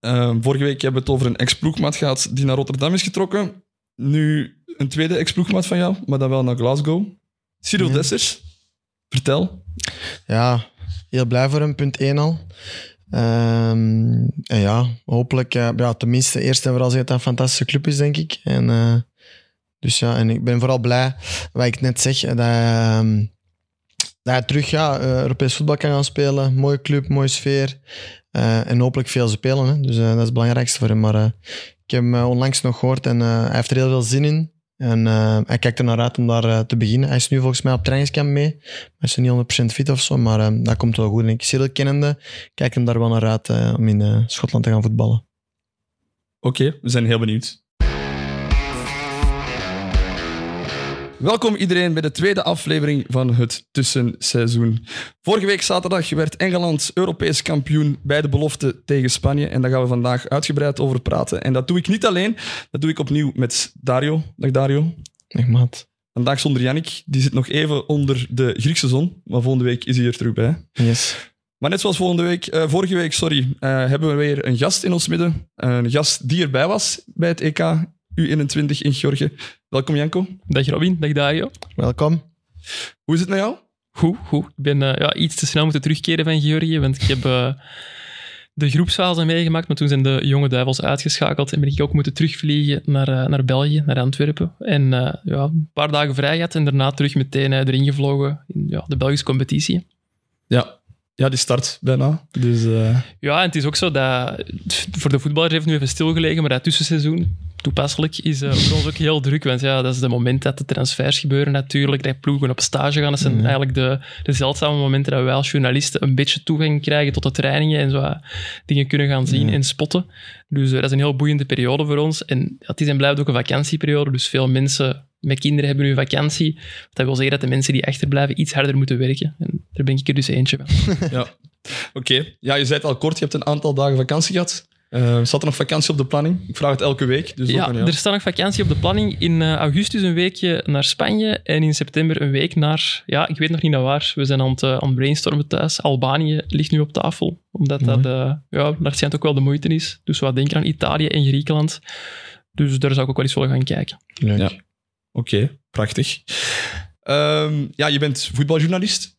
Vorige week hebben we het over een ex-ploegmaat gehad die naar Rotterdam is getrokken. Nu een tweede ex-ploegmaat van jou, maar dan wel naar Glasgow. Cyril Dessers, vertel. Ja, heel blij voor hem, punt 1 al. En ja, hopelijk, tenminste, eerst en vooral zeggen dat het een fantastische club is, denk ik. En, dus ja, en ik ben vooral blij, wat ik net zeg, dat hij terug Europees voetbal kan gaan spelen. Mooie club, mooie sfeer. En hopelijk veel spelen. Hè. Dus dat is het belangrijkste voor hem. Maar ik heb hem onlangs nog gehoord en hij heeft er heel veel zin in. En hij kijkt er naar uit om daar te beginnen. Hij is nu volgens mij op trainingskamp mee. Hij is niet 100% fit of zo, maar dat komt wel goed. En ik Cyril kennende, kijk hem daar wel naar uit om in Schotland te gaan voetballen. Oké, we zijn heel benieuwd. Welkom iedereen bij de tweede aflevering van het tussenseizoen. Vorige week zaterdag werd Engeland Europees kampioen bij de belofte tegen Spanje. En daar gaan we vandaag uitgebreid over praten. En dat doe ik niet alleen, dat doe ik opnieuw met Dario. Dag Dario. Dag maat. Vandaag zonder Yannick, die zit nog even onder de Griekse zon. Maar volgende week is hij er terug bij. Yes. Maar net zoals vorige week, hebben we weer een gast in ons midden. Een gast die erbij was bij het EK U21 in Georgië. Welkom Janko. Dag Robin, dag Dario. Welkom. Hoe is het met jou? Goed. Ik ben iets te snel moeten terugkeren van Georgië, want ik heb de groepsfase meegemaakt, maar toen zijn de jonge duivels uitgeschakeld en ben ik ook moeten terugvliegen naar België, naar Antwerpen. En een paar dagen vrij gehad en daarna terug meteen erin gevlogen in de Belgische competitie. Ja, die start bijna. Dus, Ja, en het is ook zo dat voor de voetballers heeft nu even stilgelegen, maar dat tussenseizoen, toepasselijk, is voor ons ook heel druk. Want ja, dat is het moment dat de transfers gebeuren natuurlijk, dat ploegen op stage gaan. Dat zijn eigenlijk de zeldzame momenten dat wij als journalisten een beetje toegang krijgen tot de trainingen en zo dingen kunnen gaan zien en spotten. Dus dat is een heel boeiende periode voor ons. En het is en blijft ook een vakantieperiode, dus veel mensen met kinderen hebben nu vakantie. Dat wil zeggen dat de mensen die achterblijven iets harder moeten werken. En daar ben ik er dus eentje van. Ja, oké. Ja, je zei het al kort, je hebt een aantal dagen vakantie gehad. Zat er nog vakantie op de planning? Ik vraag het elke week. Dus er staat nog vakantie op de planning. In augustus een weekje naar Spanje en in september een week naar... Ja, ik weet nog niet naar waar. We zijn aan het brainstormen thuis. Albanië ligt nu op tafel, omdat dat schijnt ook wel de moeite is. Dus we denken aan Italië en Griekenland. Dus daar zou ik ook wel eens willen gaan kijken. Leuk. Ja. Oké, prachtig. Je bent voetbaljournalist.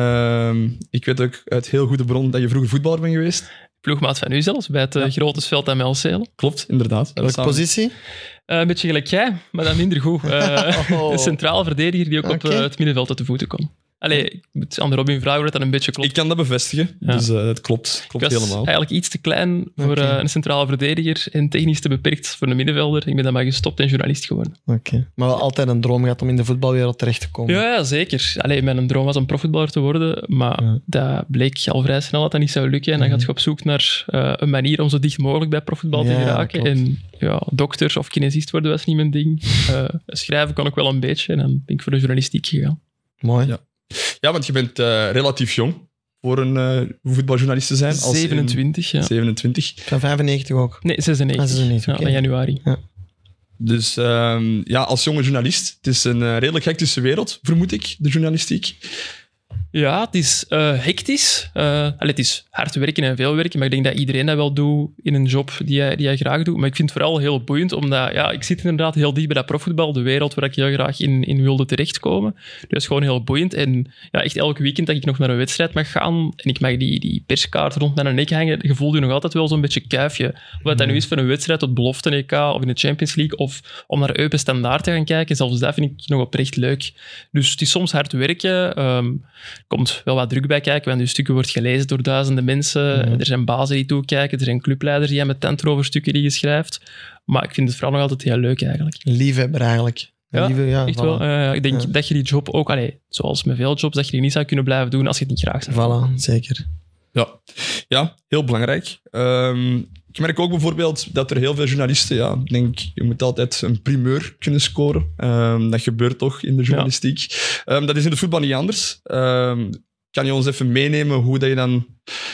Ik weet ook uit heel goede bron dat je vroeger voetballer bent geweest. Ploegmaat van u zelfs, bij het grote veld aan Melcelen. Klopt, inderdaad. Welke positie? Een beetje gelijk jij, maar dan minder goed. De centrale verdediger die ook op het middenveld uit de voeten komt. Allee, ik moet aan de Robin vragen hoe dat een beetje klopt. Ik kan dat bevestigen, dus het klopt helemaal. Eigenlijk iets te klein voor een centrale verdediger en technisch te beperkt voor een middenvelder. Ik ben dan maar gestopt en journalist geworden. Oké. Maar wel altijd een droom gehad om in de voetbalwereld terecht te komen. Ja, zeker. Allee, mijn droom was om profvoetballer te worden, maar dat bleek al vrij snel dat dat niet zou lukken. En dan gaat je op zoek naar een manier om zo dicht mogelijk bij profvoetbal te geraken. En dokter of kinesist worden was niet mijn ding. Schrijven kon ik wel een beetje en dan ben ik voor de journalistiek gegaan. Mooi. Ja, want je bent relatief jong voor een voetbaljournalist te zijn. 27, 27. Van 95 ook? Nee, 96. 96, in januari. Ja. Dus als jonge journalist, het is een redelijk hectische wereld, vermoed ik, de journalistiek. Ja, het is hectisch. Het is hard werken en veel werken, maar ik denk dat iedereen dat wel doet in een job die hij graag doet. Maar ik vind het vooral heel boeiend, omdat ik zit inderdaad heel dicht bij dat profvoetbal, de wereld waar ik heel graag in wilde terechtkomen. Dus dat is gewoon heel boeiend. En echt elk weekend dat ik nog naar een wedstrijd mag gaan en ik mag die perskaart rond mijn nek hangen, je voelt je nog altijd wel zo'n beetje kuifje. Of dat nu is voor een wedstrijd tot belofte EK of in de Champions League, of om naar Eupen Standaard te gaan kijken, zelfs dat vind ik nog oprecht leuk. Dus het is soms hard werken. Er komt wel wat druk bij kijken, want je stukken wordt gelezen door duizenden mensen. Er zijn bazen die toekijken, er zijn clubleiders die aan met tent over stukken die je schrijft. Maar ik vind het vooral nog altijd heel leuk eigenlijk. Liefhebber eigenlijk. Ja, echt wel. Ik denk dat je die job ook, zoals met veel jobs, dat je die niet zou kunnen blijven doen als je het niet graag zou doen. Voilà, zeker. Ja, heel belangrijk. Ik merk ook bijvoorbeeld dat er heel veel journalisten, je moet altijd een primeur kunnen scoren. Dat gebeurt toch in de journalistiek. Dat is in het voetbal niet anders. Kan je ons even meenemen hoe dat je dan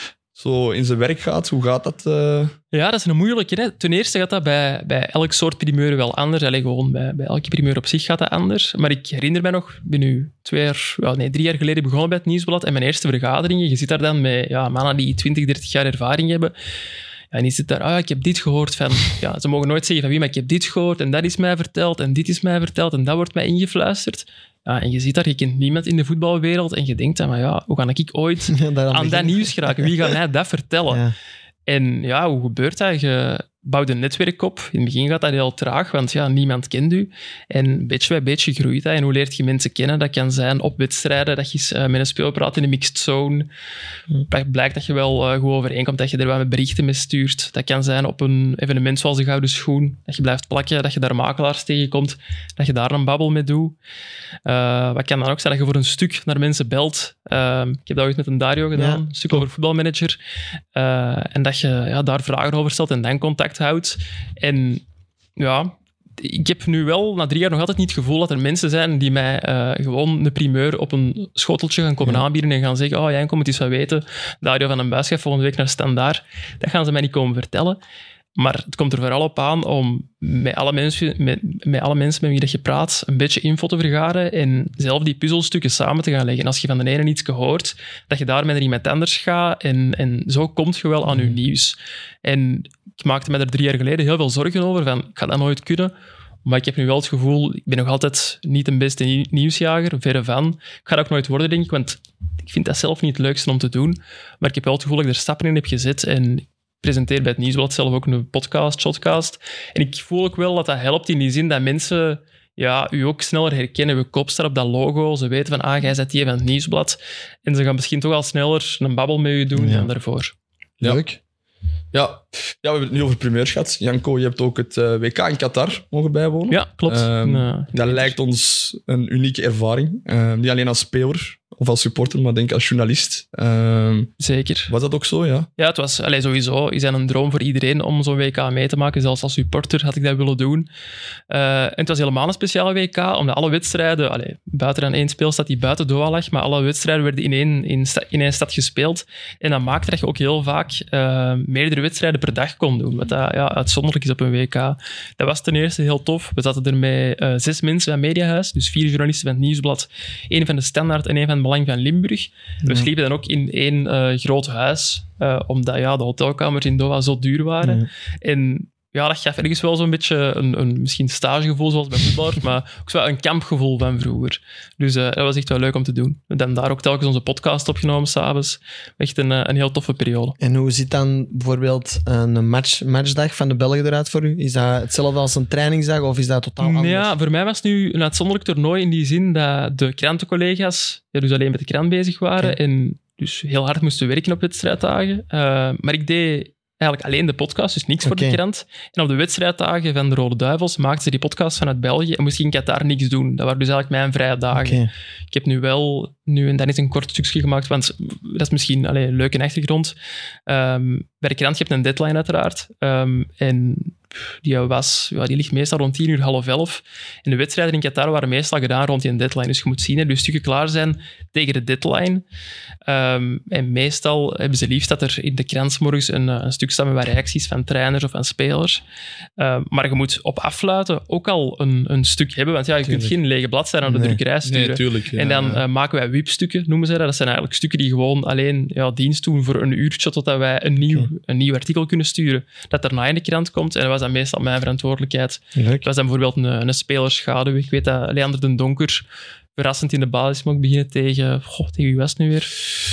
zo in zijn werk gaat? Hoe gaat dat? Ja, dat is een moeilijke. Hè? Ten eerste gaat dat bij elk soort primeur wel anders. Gewoon bij elke primeur op zich gaat dat anders. Maar ik herinner me nog, ik ben nu 3 jaar geleden begonnen bij het Nieuwsblad en mijn eerste vergaderingen. Je zit daar dan met mannen die 20, 30 jaar ervaring hebben. Ja, en die zit daar, ik heb dit gehoord van... Ja, ze mogen nooit zeggen van wie, maar ik heb dit gehoord en dat is mij verteld en dit is mij verteld en dat wordt mij ingefluisterd. Ja, en je zit daar, je kent niemand in de voetbalwereld en je denkt dan, maar ja, hoe ga ik ooit aan dat nieuws geraken? Wie gaat mij dat vertellen? Ja. En ja, hoe gebeurt dat? Je bouwt een netwerk op. In het begin gaat dat heel traag, want ja, niemand kent u. En beetje bij beetje groeit dat. En hoe leert je mensen kennen? Dat kan zijn op wedstrijden, dat je met een speler praat in een mixed zone. Blijkt dat je wel goed overeenkomt, dat je er wat met berichten mee stuurt. Dat kan zijn op een evenement zoals de Gouden Schoen, dat je blijft plakken, dat je daar makelaars tegenkomt, dat je daar een babbel mee doet. Wat kan dan ook zijn? Dat je voor een stuk naar mensen belt. Ik heb dat ooit met een Dario gedaan, een stuk over voetbalmanager. En dat je daar vragen over stelt en dan contact houdt. En ja, ik heb nu wel na 3 jaar nog altijd niet het gevoel dat er mensen zijn die mij gewoon een primeur op een schoteltje gaan komen aanbieden en gaan zeggen, Janko moet eens wat weten. Dario van den Buis gaat volgende week naar Standaard. Dat gaan ze mij niet komen vertellen. Maar het komt er vooral op aan om met alle mensen met wie dat je praat een beetje info te vergaren en zelf die puzzelstukken samen te gaan leggen. En als je van de ene iets hoort, dat je daarmee naar iemand anders gaat en zo komt je wel aan je nieuws. En ik maakte me er 3 jaar geleden heel veel zorgen over van, ik ga dat nooit kunnen. Maar ik heb nu wel het gevoel, ik ben nog altijd niet de beste nieuwsjager, verre van. Ik ga dat ook nooit worden, denk ik, want ik vind dat zelf niet het leukste om te doen. Maar ik heb wel het gevoel dat ik er stappen in heb gezet en ik presenteer bij het Nieuwsblad zelf ook een podcast, shotcast. En ik voel ook wel dat dat helpt in die zin dat mensen u ook sneller herkennen. We kop staat op dat logo. Ze weten van, jij bent die van het Nieuwsblad. En ze gaan misschien toch al sneller een babbel met je doen dan daarvoor. Ja. Leuk. Ja, we hebben het nu over primeurs gehad. Janko, je hebt ook het WK in Qatar mogen bijwonen. Ja, klopt. Dat lijkt ons een unieke ervaring. Niet alleen als speler of als supporter, maar denk als journalist. Zeker. Was dat ook zo, ja? Ja, het was sowieso is dat een droom voor iedereen om zo'n WK mee te maken. Zelfs als supporter had ik dat willen doen. En het was helemaal een speciale WK, omdat alle wedstrijden, buiten dan 1 speelstad die buiten Doha lag, maar alle wedstrijden werden in één stad gespeeld. En dat maakte dat je ook heel vaak meerdere wedstrijden per dag kon doen, wat uitzonderlijk is op een WK. Dat was ten eerste heel tof. We zaten er met 6 mensen van Mediahuis, dus 4 journalisten van het Nieuwsblad, 1 van de Standaard en 1 van het Belang van Limburg. We sliepen dan ook in 1 groot huis, omdat de hotelkamers in Doha zo duur waren. En ja, dat gaf ergens wel zo'n beetje een misschien stagegevoel zoals bij voetballers, maar ook zo een kampgevoel van vroeger. Dus dat was echt wel leuk om te doen. We hebben daar ook telkens onze podcast opgenomen s'avonds. Echt een heel toffe periode. En hoe ziet dan bijvoorbeeld een matchdag van de Belgen eruit voor u? Is dat hetzelfde als een trainingsdag of is dat totaal anders? Ja, voor mij was het nu een uitzonderlijk toernooi in die zin dat de krantencollega's dus alleen met de krant bezig waren en dus heel hard moesten werken op wedstrijddagen. Maar ik deed eigenlijk alleen de podcast, dus niks voor de krant. En op de wedstrijddagen van de Rode Duivels maakten ze die podcast vanuit België en moest ik in Qatar niks doen. Dat waren dus eigenlijk mijn vrije dagen. Ik heb nu en dan is een kort stukje gemaakt, want dat is misschien een leuke achtergrond. Bij de krant heb je een deadline uiteraard. En die ligt meestal rond 10:00, 10:30. En de wedstrijden in Qatar waren meestal gedaan rond die deadline. Dus je moet zien, dus stukken klaar zijn tegen de deadline. En meestal hebben ze liefst dat er in de krant 's morgens een stuk staat met wat reacties van trainers of van spelers. Maar je moet op afluiten ook al een stuk hebben, want je kunt geen lege bladzijde naar de drukkerij sturen. Nee, tuurlijk. Ja. En dan maken wij WIP-stukken, noemen ze dat. Dat zijn eigenlijk stukken die gewoon alleen dienst doen voor een uurtje totdat wij een nieuw artikel kunnen sturen. Dat daarna in de krant komt. En dat was dan meestal mijn verantwoordelijkheid. Leuk. Het was dan bijvoorbeeld een spelersschaduw. Ik weet dat Leander den Donker verrassend in de basis mocht beginnen tegen wie was het nu weer?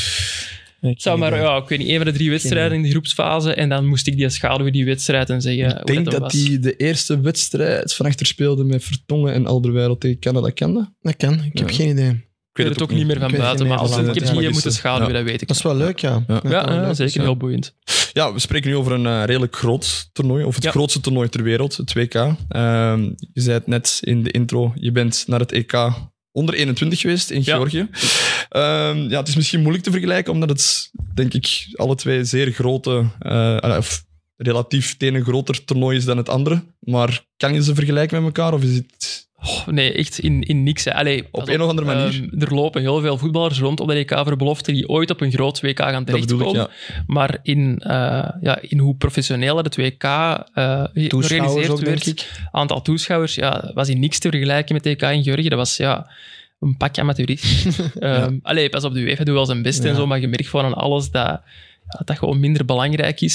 Ik weet niet, 1 van de 3 wedstrijden in de groepsfase. En dan moest ik die schaduwen die wedstrijd en zeggen Ik denk dat hij de eerste wedstrijd van achter speelde met Vertongen en Alderweireld tegen Canada kende. Dat kan, ik heb geen idee. Ik weet het ook niet meer van buiten, maar ik heb die moeten schaduwen, dat weet ik. Dat is wel leuk, ja. Ja, zeker heel boeiend. Ja, we spreken nu over een redelijk groot toernooi, of het grootste toernooi ter wereld, het WK. Je zei het net in de intro, je bent naar het EK onder 21 geweest in Georgië. Het is misschien moeilijk te vergelijken, omdat het, denk ik, alle 2 zeer grote, relatief het ene groter toernooi is dan het andere. Maar kan je ze vergelijken met elkaar, of is het... Nee, echt in niks. Op een of andere manier. Er lopen heel veel voetballers rond op de EK voor belofte die ooit op een groot WK gaan terechtkomen. Maar in hoe professioneel het WK georganiseerd werd, aantal toeschouwers, was in niks te vergelijken met het EK in Georgië. Dat was een pak amateuristen. Pas op, de UEFA doet wel zijn best en zo, maar je merkt gewoon aan alles dat gewoon minder belangrijk is.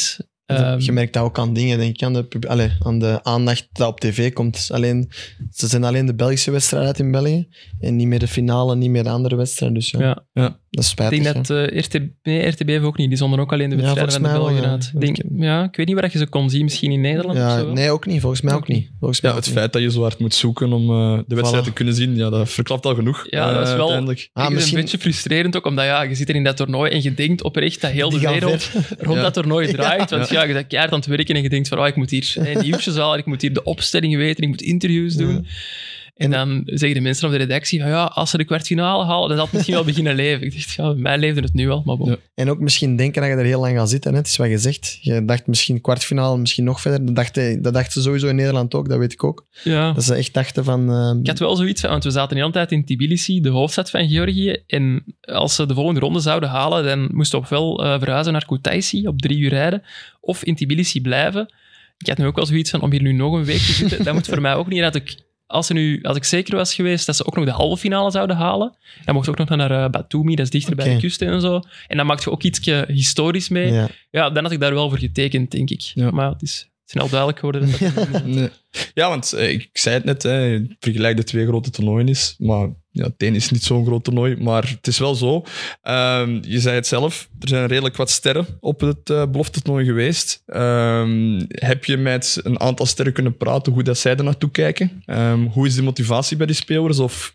Je merkt dat ook aan dingen, denk ik, aan de aandacht dat op tv komt. Ze zijn alleen de Belgische wedstrijd uit in België en niet meer de finale, niet meer de andere wedstrijd. Dus Ja. dat is Ik spijtig. denk dat RTB heeft ook niet. Die zonden ook alleen de wedstrijden van de volgens mij Belgen wel, uit. Ik weet niet waar je ze kon zien. Misschien in Nederland of zo. Nee, ook niet. Volgens mij ook niet. Het feit dat je zo hard moet zoeken om de wedstrijd te kunnen zien, dat verklapt al genoeg. Ja, dat is wel uiteindelijk. misschien een beetje frustrerend ook, omdat je zit er in dat toernooi en je denkt oprecht dat heel de wereld rond dat toernooi draait. Want je bent keihard aan het werken en je denkt van ik moet hier nieuwtjes halen, ik moet hier de opstelling weten, ik moet interviews doen. En dan zeggen de mensen op de redactie van als ze de kwartfinale halen, dan zal het misschien wel beginnen leven. Ik dacht, bij mij leefde het nu al, maar bon. Ja. En ook misschien denken dat je er heel lang gaat zitten. Hè? Het is wat je zegt. Je dacht misschien kwartfinale, misschien nog verder. Dat dachten ze sowieso in Nederland ook, dat weet ik ook. Ja. Dat ze echt dachten van... Ik had wel zoiets van, want we zaten de hele tijd in Tbilisi, de hoofdstad van Georgië. En als ze de volgende ronde zouden halen, dan moesten we ofwel verhuizen naar Kutaisi op 3 uur rijden, of in Tbilisi blijven. Ik had nu ook wel zoiets van, om hier nu nog een week te zitten, dat moet voor mij ook niet. Als ik zeker was geweest dat ze ook nog de halve finale zouden halen, dan mocht je ook nog naar Batumi, dat is dichter bij de kust en zo. En dan maak je ook iets historisch mee. Ja, dan had ik daar wel voor getekend, denk ik. Ja. Maar het is snel duidelijk geworden. Nee. Ja, want ik zei het net, vergelijk de 2 grote toernooien is, maar het een is niet zo'n groot toernooi, maar het is wel zo. Je zei het zelf, er zijn redelijk wat sterren op het belofte-toernooi geweest. Heb je met een aantal sterren kunnen praten hoe dat zij er naartoe kijken? Hoe is de motivatie bij die spelers? Of...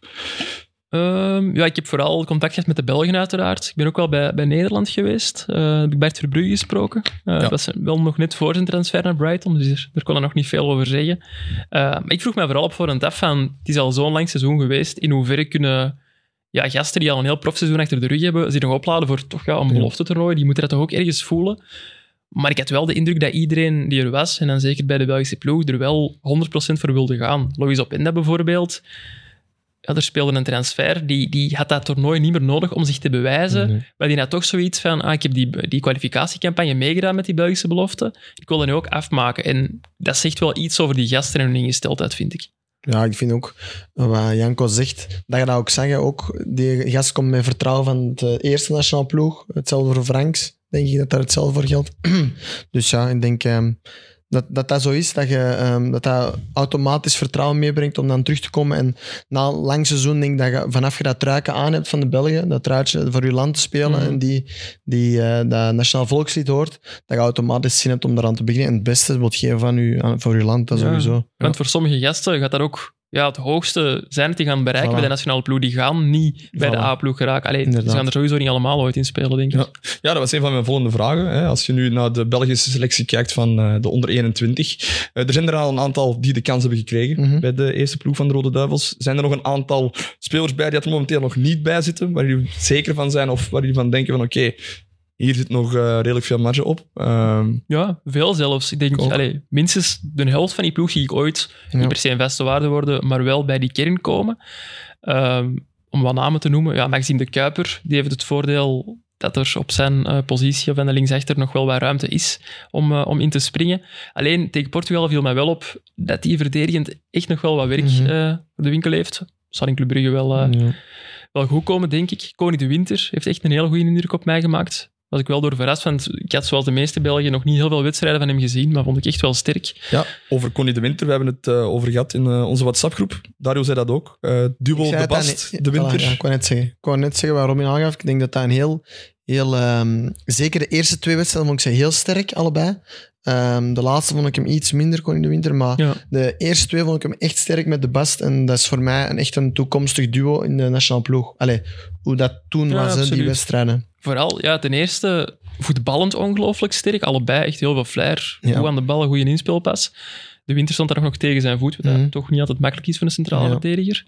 ik heb vooral contact gehad met de Belgen uiteraard. Ik ben ook wel bij Nederland geweest. Heb ik Bert Verbrugge gesproken. Dat was wel nog net voor zijn transfer naar Brighton, dus daar kon hij nog niet veel over zeggen. Maar ik vroeg me vooral op voorhand af van, het is al zo'n lang seizoen geweest, in hoeverre kunnen gasten die al een heel profseizoen achter de rug hebben, zich nog opladen voor toch een belofte-toernooi, die moeten dat toch ook ergens voelen. Maar ik had wel de indruk dat iedereen die er was, en dan zeker bij de Belgische ploeg, er wel 100% voor wilde gaan. Loïs Openda bijvoorbeeld... er speelde een transfer, die had dat toernooi niet meer nodig om zich te bewijzen. Nee. Maar die had toch zoiets van, ik heb die kwalificatiecampagne meegedaan met die Belgische belofte. Ik wil dat nu ook afmaken. En dat zegt wel iets over die gasten en hun ingesteldheid, vind ik. Ja, ik vind ook, wat Janko zegt, dat je dat ook zag. Ook, die gast komt met vertrouwen van de eerste nationale ploeg. Hetzelfde voor Franks, denk ik dat daar hetzelfde voor geldt. Dus ja, ik denk... Dat zo is, dat automatisch vertrouwen meebrengt om dan terug te komen. En na een lang seizoen denk ik dat je vanaf je dat truiken aan hebt van de Belgen, dat truitje voor je land te spelen en dat nationaal volkslied hoort, dat je automatisch zin hebt om daaraan te beginnen. En het beste wil geven voor je land, dat sowieso. Want voor sommige gasten gaat dat ook... het hoogste zijn die gaan bereiken bij de nationale ploeg. Die gaan niet bij de A-ploeg geraken. Ze gaan er sowieso niet allemaal ooit in spelen, denk ik. Ja, dat was een van mijn volgende vragen. Hè. Als je nu naar de Belgische selectie kijkt van de onder 21. Er zijn er al een aantal die de kans hebben gekregen bij de eerste ploeg van de Rode Duivels. Zijn er nog een aantal spelers bij die er momenteel nog niet bij zitten, waar jullie zeker van zijn of waar jullie van denken van oké, hier zit nog redelijk veel marge op. Ja, veel zelfs. Ik denk, minstens de helft van die ploeg zie ik ooit niet per se een vaste waarde worden, maar wel bij die kern komen. Om wat namen te noemen. Maxime de Kuiper, die heeft het voordeel dat er op zijn positie of aan de linksachter nog wel wat ruimte is om in te springen. Alleen tegen Portugal viel mij wel op dat die verdedigend echt nog wel wat werk voor de winkel heeft. Zal in Club Brugge wel goed komen, denk ik. Koning de Winter heeft echt een hele goede indruk op mij gemaakt. Was ik wel door verrast, want ik had zoals de meeste Belgen nog niet heel veel wedstrijden van hem gezien, maar vond ik echt wel sterk. Ja, over Koning de Winter, we hebben het over gehad in onze WhatsApp-groep. Dario zei dat ook. Duo de Bast, de Winter. Ik wou net zeggen waar Robin aangaf. Ik denk dat dat een heel zeker de eerste 2 wedstrijden vond ik ze heel sterk, allebei. De laatste vond ik hem iets minder, Koning de Winter, maar de eerste 2 vond ik hem echt sterk met de Bast en dat is voor mij echt een toekomstig duo in de nationale ploeg. Hoe dat toen was, die wedstrijden. Vooral, ten eerste voetballend ongelooflijk sterk, allebei echt heel veel flair, goed aan de bal, een goede inspeelpas. De Winter stond daar nog tegen zijn voet, wat dat toch niet altijd makkelijk is voor een centrale verdediger.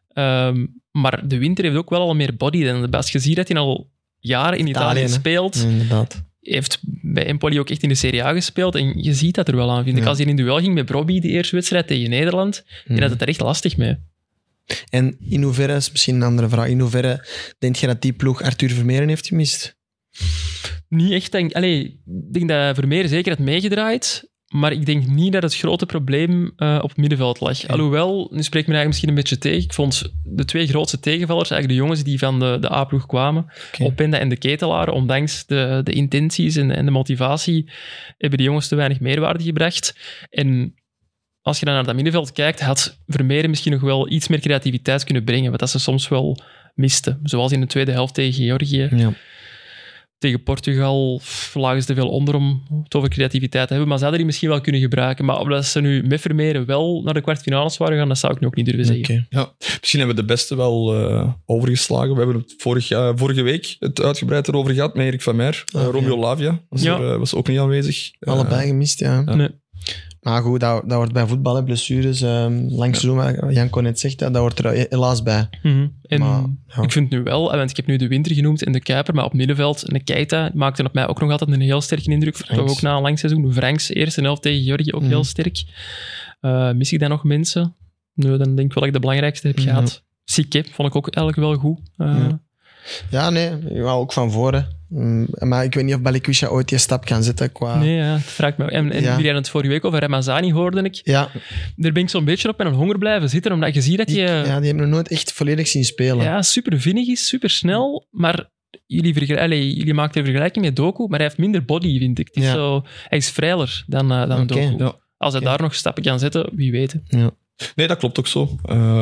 Maar de Winter heeft ook wel al meer body dan de Bast. Je ziet dat hij al jaren in Italië speelt. Inderdaad. Heeft bij Empoli ook echt in de Serie A gespeeld. En je ziet dat er wel aan, vind ik. Als hij in duel ging met Brobbey, de eerste wedstrijd tegen Nederland, die had het er echt lastig mee. En in hoeverre, is misschien een andere vraag, in hoeverre denk je dat die ploeg Arthur Vermeeren heeft gemist? Niet echt. Ik denk dat Vermeeren zeker had meegedraaid. Maar ik denk niet dat het grote probleem op het middenveld lag. Okay. Alhoewel, nu spreek ik me eigenlijk misschien een beetje tegen. Ik vond de 2 grootste tegenvallers eigenlijk de jongens die van de A-ploeg kwamen. Okay. Openda en de Ketelaar. Ondanks de intenties en de motivatie hebben die jongens te weinig meerwaarde gebracht. En als je dan naar dat middenveld kijkt, had Vermeeren misschien nog wel iets meer creativiteit kunnen brengen. Wat dat ze soms wel misten. Zoals in de tweede helft tegen Georgië. Ja. Tegen Portugal lagen ze te veel onder om het over creativiteit te hebben. Maar ze hadden die misschien wel kunnen gebruiken. Maar omdat ze nu met Vermeeren wel naar de kwartfinales waren gaan, dat zou ik nu ook niet durven zeggen. Okay. Ja, misschien hebben we de beste wel overgeslagen. We hebben het vorige week het uitgebreid erover gehad met Erik van Meer. Romeo Lavia was ook niet aanwezig. Allebei gemist, ja. Nee. Maar goed, dat wordt bij voetbal, blessures, lang seizoen, Janko net zegt, dat hoort er helaas bij. Mm-hmm. En maar, ja. ik vind nu wel, want ik heb nu de Winter genoemd en de Kuiper, maar op middenveld, de Keita maakte op mij ook nog altijd een heel sterke indruk. Toch ook na een lang seizoen. Franks, eerste helft tegen Georgië, ook heel sterk. Mis ik dan nog mensen? Nee, dan denk ik wel dat ik de belangrijkste heb gehad. Sique vond ik ook eigenlijk wel goed. Ja, nee, ook van voren. Maar ik weet niet of Balikwisha ooit die stap kan zetten qua... Nee, ja, dat vraagt me. En wie jij het vorige week over Ramazani hoorde ik. Ja. Daar ben ik zo'n beetje op mijn honger blijven zitten, omdat je ziet dat je... Ja, die hebben nog nooit echt volledig zien spelen. Ja, super vinnig is, super snel, maar jullie maakten een vergelijking met Doku, maar hij heeft minder body, vind ik. Hij is vrijer dan Doku. Ja. Als hij daar nog stappen kan zetten, wie weet. Ja. Nee, dat klopt ook zo.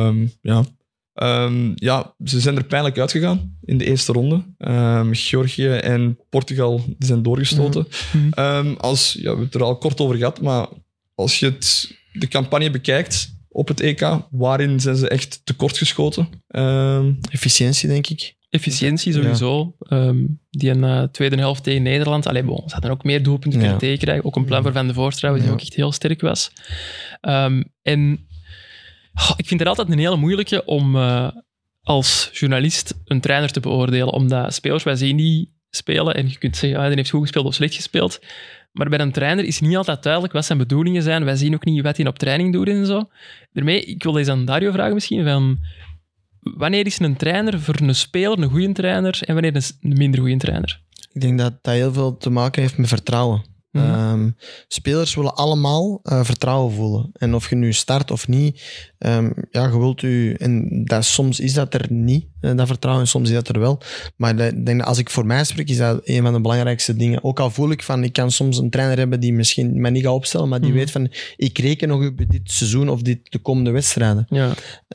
Ze zijn er pijnlijk uitgegaan in de eerste ronde. Georgië en Portugal die zijn doorgestoten. We hebben het er al kort over gehad, maar als je de campagne bekijkt op het EK, waarin zijn ze echt tekortgeschoten? Efficiëntie, denk ik. Efficiëntie sowieso. Ja. Die een tweede helft tegen Nederland. Ze hadden ook meer doelpunten kunnen tegenkrijgen. Ook een plan voor Van de Voorst trouwens, die ook echt heel sterk was. Ik vind het altijd een hele moeilijke om als journalist een trainer te beoordelen. Omdat spelers, wij zien die spelen en je kunt zeggen, die heeft goed gespeeld of slecht gespeeld. Maar bij een trainer is niet altijd duidelijk wat zijn bedoelingen zijn. Wij zien ook niet wat hij op training doet en zo. Daarmee, ik wil eens aan Dario vragen misschien, van wanneer is een trainer voor een speler een goede trainer en wanneer een minder goede trainer? Ik denk dat dat heel veel te maken heeft met vertrouwen. Spelers willen allemaal vertrouwen voelen. En of je nu start of niet, je wilt en soms is dat er niet, dat vertrouwen, en soms is dat er wel. Maar ik denk dat als ik voor mij spreek, is dat een van de belangrijkste dingen. Ook al voel ik kan soms een trainer hebben die misschien mij niet gaat opstellen, maar die weet van, ik reken nog op dit seizoen of de komende wedstrijden. Ja.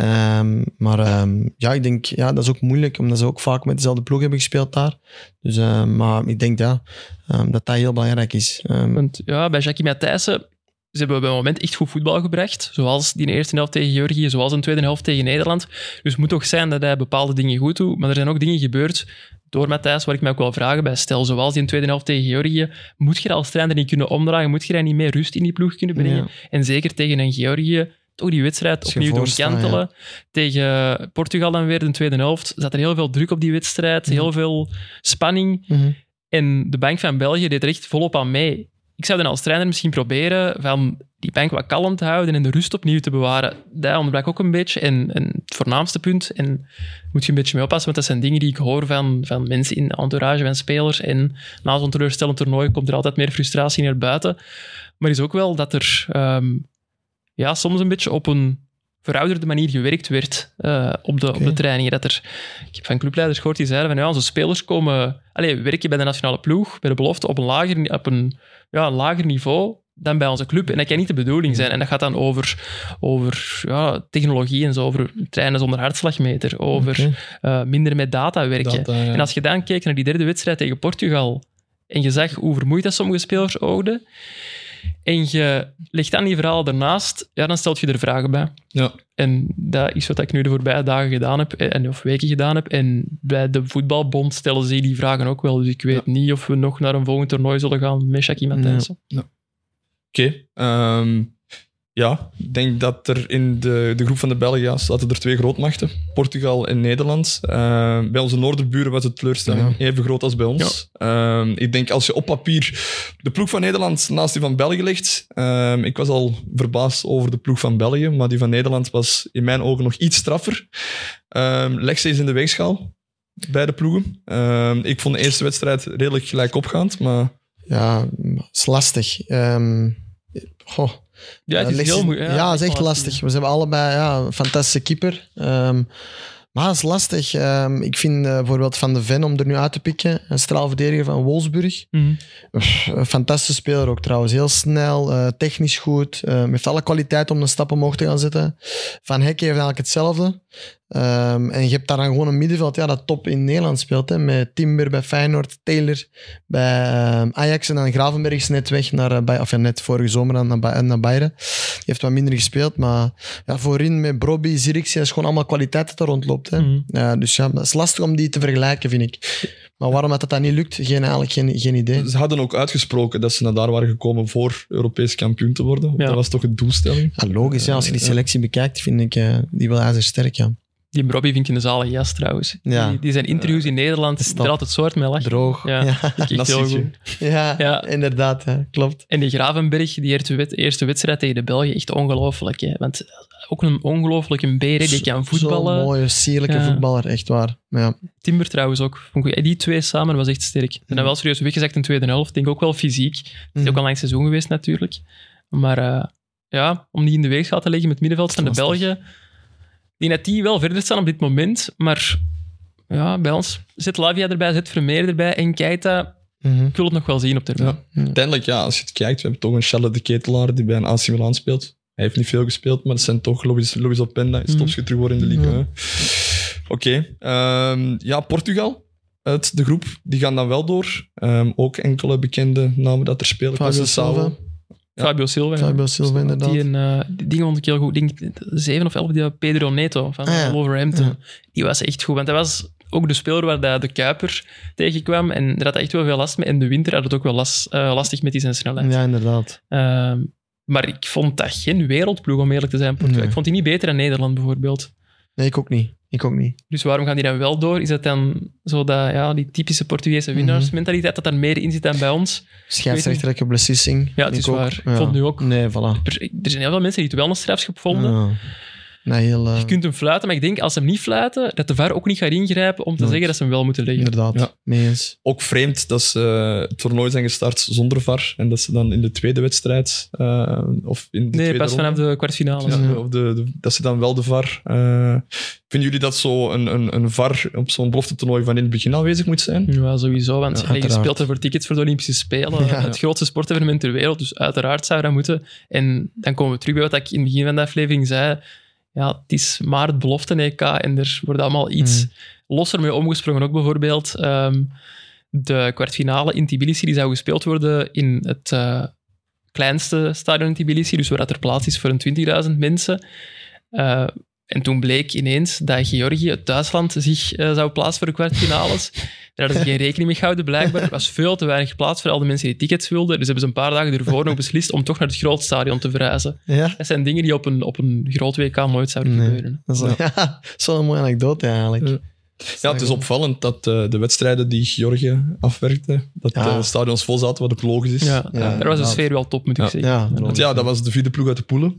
Ik denk, dat is ook moeilijk, omdat ze ook vaak met dezelfde ploeg hebben gespeeld daar. Dus, maar ik denk dat heel belangrijk is. Want bij Jackie Matthijssen, ze hebben op een moment echt goed voetbal gebracht. Zoals die in de eerste helft tegen Georgië, zoals in de tweede helft tegen Nederland. Dus het moet toch zijn dat hij bepaalde dingen goed doet. Maar er zijn ook dingen gebeurd door Matthijs, waar ik mij ook wel vragen bij stel. Zoals die in de tweede helft tegen Georgië. Moet je als trainer niet kunnen omdraaien? Moet je daar niet meer rust in die ploeg kunnen brengen? Ja. En zeker tegen een Georgië, toch die wedstrijd opnieuw doen kantelen. Ja. Tegen Portugal dan weer, de tweede helft, zat er heel veel druk op die wedstrijd. Heel veel spanning. En de bank van België deed er echt volop aan mee. Ik zou dan als trainer misschien proberen van die bank wat kalm te houden en de rust opnieuw te bewaren. Dat onderbrak ook een beetje. En het voornaamste punt, en moet je een beetje mee oppassen, want dat zijn dingen die ik hoor van mensen in de entourage van spelers. En na zo'n teleurstellend toernooi komt er altijd meer frustratie naar buiten. Maar is ook wel dat er soms een beetje op een verouderde manier gewerkt werd op de trainingen. Ik heb van clubleiders gehoord die zeiden van onze spelers komen werken bij de nationale ploeg, bij de belofte, op een lager niveau dan bij onze club. En dat kan niet de bedoeling zijn. En dat gaat dan over technologie en zo, over trainen zonder hartslagmeter, over minder met data werken. En als je dan keek naar die derde wedstrijd tegen Portugal en je zag hoe vermoeid dat sommige spelers oogden, en je legt dan die verhalen ernaast, dan stelt je er vragen bij. Ja. En dat is wat ik nu de voorbije dagen gedaan heb, of weken gedaan heb. En bij de voetbalbond stellen ze die vragen ook wel. Dus ik weet niet of we nog naar een volgend toernooi zullen gaan met Jackie Matthijssen. Ja. Oké. Ik denk dat er in de groep van de Belgen zaten er 2 grootmachten. Portugal en Nederland. Bij onze noorderburen was het teleurstelling even groot als bij ons. Ja. Ik denk als je op papier de ploeg van Nederland naast die van België legt. Ik was al verbaasd over de ploeg van België, maar die van Nederland was in mijn ogen nog iets straffer. Leg ze eens in de weegschaal. Beide ploegen. Ik vond de eerste wedstrijd redelijk gelijk opgaand, maar... Ja, het is lastig. Goh. Ja, het is heel moeilijk. Ja, het is echt lastig. We hebben allebei een fantastische keeper. Maar dat is lastig. Ik vind bijvoorbeeld Van de Ven, om er nu uit te pikken, een straalverdediger van Wolfsburg. Mhm. Een fantastische speler ook trouwens. Heel snel, technisch goed. Heeft alle kwaliteit om een stap omhoog te gaan zetten. Van Hekken heeft eigenlijk hetzelfde. En je hebt daar dan gewoon een middenveld dat top in Nederland speelt. Hè, met Timber bij Feyenoord, Taylor bij Ajax en dan Gravenberg is net weg naar net vorige zomer naar Bayern. Die heeft wat minder gespeeld, maar voorin met Brobbey, Zirkzee, is gewoon allemaal kwaliteit dat er rondloopt. Hè. Dus het is lastig om die te vergelijken, vind ik. Maar waarom dat niet lukt, geen idee. Ze hadden ook uitgesproken dat ze naar daar waren gekomen voor Europees kampioen te worden. Dat was toch een doelstelling? Ja, logisch, als je die selectie bekijkt, vind ik die wel ijzersterk, ja. Die Robbie vind ik een zalige gast trouwens. Ja. Die zijn interviews in Nederland, er altijd soort mee lachen. Droog. Ja, vind ik echt heel goed. Ja, inderdaad, klopt. En die Gravenberg, die eerste wedstrijd tegen de Belgen, echt ongelooflijk. Hè? Want ook een ongelooflijke beer, die kan voetballen. Zo'n mooie, sierlijke voetballer, echt waar. Ja. Timber trouwens ook. Die twee samen was echt sterk. Ze zijn wel serieus weggezakt in de tweede helft. Denk ook wel fysiek. Het is ook al lang seizoen geweest natuurlijk. Maar om die in de weegschaal te leggen met het middenveld van de Belgen... Ik denk dat die wel verder staan op dit moment, maar bij ons zit Lavia erbij, zit Vermeer erbij en Keita. Ik wil het nog wel zien op termijn. Ja. Uiteindelijk, als je het kijkt, we hebben toch een Charles de Ketelaar die bij een AC Milan speelt. Hij heeft niet veel gespeeld, maar dat zijn toch Luis Openda, is topschutter geworden in de Ligue 1. Oké. Portugal uit de groep, die gaan dan wel door. Ook enkele bekende namen dat er spelen. Fabio Silva. Fabio Silva, inderdaad. Die vond ik heel goed. Ik denk 7 of 11, die Pedro Neto van Wolverhampton. Ja. Die was echt goed, want hij was ook de speler waar de Kuiper tegenkwam. En daar had hij echt wel veel last mee. En de Winter had het ook wel lastig met die zijn snelheid. Ja, inderdaad. Maar ik vond dat geen wereldploeg, om eerlijk te zijn. Nee. Ik vond die niet beter dan Nederland, bijvoorbeeld. Nee, ik ook niet. Dus waarom gaan die dan wel door? Is dat dan zo dat, die typische Portugese winnaarsmentaliteit dat er meer in zit dan bij ons? Scheidsrechterlijke beslissing. Ja, het is waar. Ja. Ik vond nu ook. Nee, voilà. Er zijn heel veel mensen die het wel een strafschop vonden. Ja. Nee, Je kunt hem fluiten, maar ik denk als ze hem niet fluiten, dat de VAR ook niet gaat ingrijpen om te zeggen dat ze hem wel moeten leggen. Inderdaad, mee eens. Ook vreemd dat ze het toernooi zijn gestart zonder VAR en dat ze dan in de tweede wedstrijd of in de tweede pas ronde, vanaf de kwartfinales. of dat ze dan wel de VAR... vinden jullie dat zo een VAR op zo'n beloftetoernooi van in het begin aanwezig moet zijn? Ja, sowieso, want je speelt er voor tickets voor de Olympische Spelen. Ja. Het grootste sportevenement ter wereld, dus uiteraard zou dat moeten. En dan komen we terug bij wat ik in het begin van de aflevering zei. Ja, het is maar het belofte-EK en er wordt allemaal iets losser mee omgesprongen. Ook bijvoorbeeld de kwartfinale in Tbilisi, die zou gespeeld worden in het kleinste stadion in Tbilisi, dus waar dat er plaats is voor een 20.000 mensen. En toen bleek ineens dat Georgië, het thuisland, zich zou plaatsen voor de kwartfinales. Daar hadden ze geen rekening mee gehouden, blijkbaar. Er was veel te weinig plaats voor al de mensen die tickets wilden. Dus hebben ze een paar dagen ervoor nog beslist om toch naar het grootstadion te verhuizen. Ja? Dat zijn dingen die op een groot WK nooit zouden gebeuren. Dat is wel een mooie anekdote eigenlijk. Ja, het is opvallend dat de wedstrijden die Georgië afwerkte, dat de stadions vol zaten, wat ook logisch is. Daar was de sfeer wel top, moet ik zeggen. Dat was de vierde ploeg uit de poelen.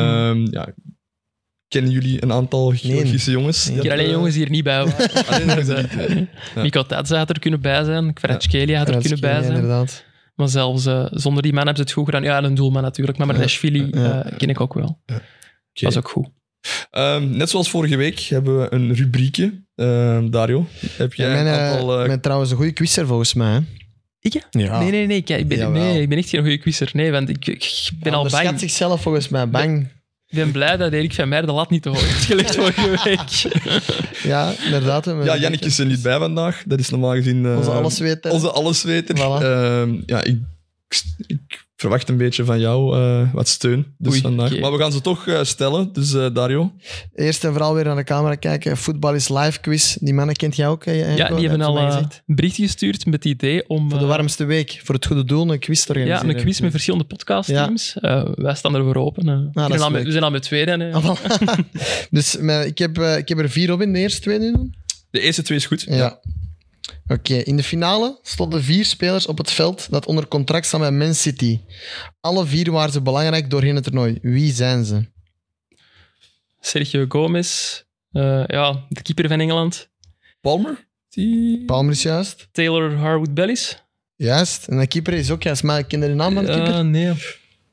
Kennen jullie een aantal Georgische jongens? Ik ken alleen jongens die er niet bij waren. Mikko Tadze had er kunnen bij zijn. Kvaratskhelia had er kunnen bij zijn. Inderdaad. Maar zelfs zonder die man hebben ze het goed gedaan. Ja, een doelman natuurlijk. Maar Marashvili ken ik ook wel. Dat was ook goed. Net zoals vorige week hebben we een rubriekje. Dario, heb jij een aantal... Ik ben trouwens een goede quizzer volgens mij. Hè? Ik? Ja. Nee. Ik ben echt geen goede quizzer. Nee, want ik ben al bang. Hij onderschat zichzelf volgens mij. Bang. Ik ben blij dat Erik van Meijer de lat niet te hoog heeft gelegd vorige week. Ja, inderdaad. Janneke is er niet bij vandaag. Dat is normaal gezien... onze allesweter. Voilà. Ik verwacht een beetje van jou wat steun vandaag. Okay. Maar we gaan ze toch stellen. Dus Dario? Eerst en vooral weer naar de camera kijken. Voetbal is live quiz. Die mannen kent jij ook. Die hebben al een bericht gestuurd met het idee om... Voor de warmste week. Voor het goede doel een quiz te organiseren. Ja, een quiz met verschillende podcastteams. Ja. Wij staan ervoor open. We zijn al met 2 dan. Dus ik heb er 4 op in de eerste 2 nu doen. De eerste 2 is goed. Ja. Oké, in de finale stonden 4 spelers op het veld dat onder contract staan bij Man City. Alle 4 waren ze belangrijk doorheen het toernooi. Wie zijn ze? Sergio Gomez, de keeper van Engeland. Palmer? Palmer is juist. Taylor Harwood-Bellis. Juist. En de keeper is ook juist, maar ik ken de naam van de keeper? Nee.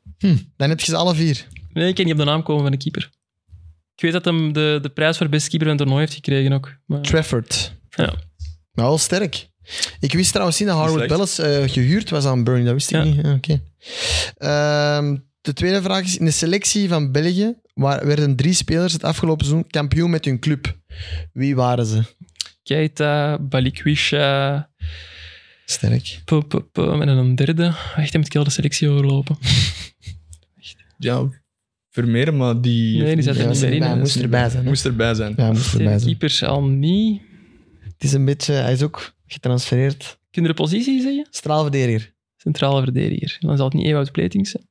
Dan heb je ze alle 4. Nee, ik kan niet op de naam komen van de keeper. Ik weet dat hem de prijs voor beste keeper van het toernooi heeft gekregen ook. Maar... Trafford. Ja. Maar wel sterk. Ik wist trouwens niet dat Harwood Bellis gehuurd was aan Burnley. Dat wist ik niet. Oké. De tweede vraag is, in de selectie van België werden 3 spelers het afgelopen seizoen kampioen met hun club. Wie waren ze? Keita, Balikwisha... Sterk. En een derde. Echt, heb ik heel de selectie overlopen. Ja, Vermeer, maar die... Nee, die zat er niet meer in. Hij moest erbij zijn. Moest erbij zijn. Ja, moest erbij zijn. Keepers al niet. Het is een beetje... Hij is ook getransfereerd. Kun je de positie zeggen? Straalverdediger. Centrale verdediger. Dan zal het niet Ewout Pleetings zijn.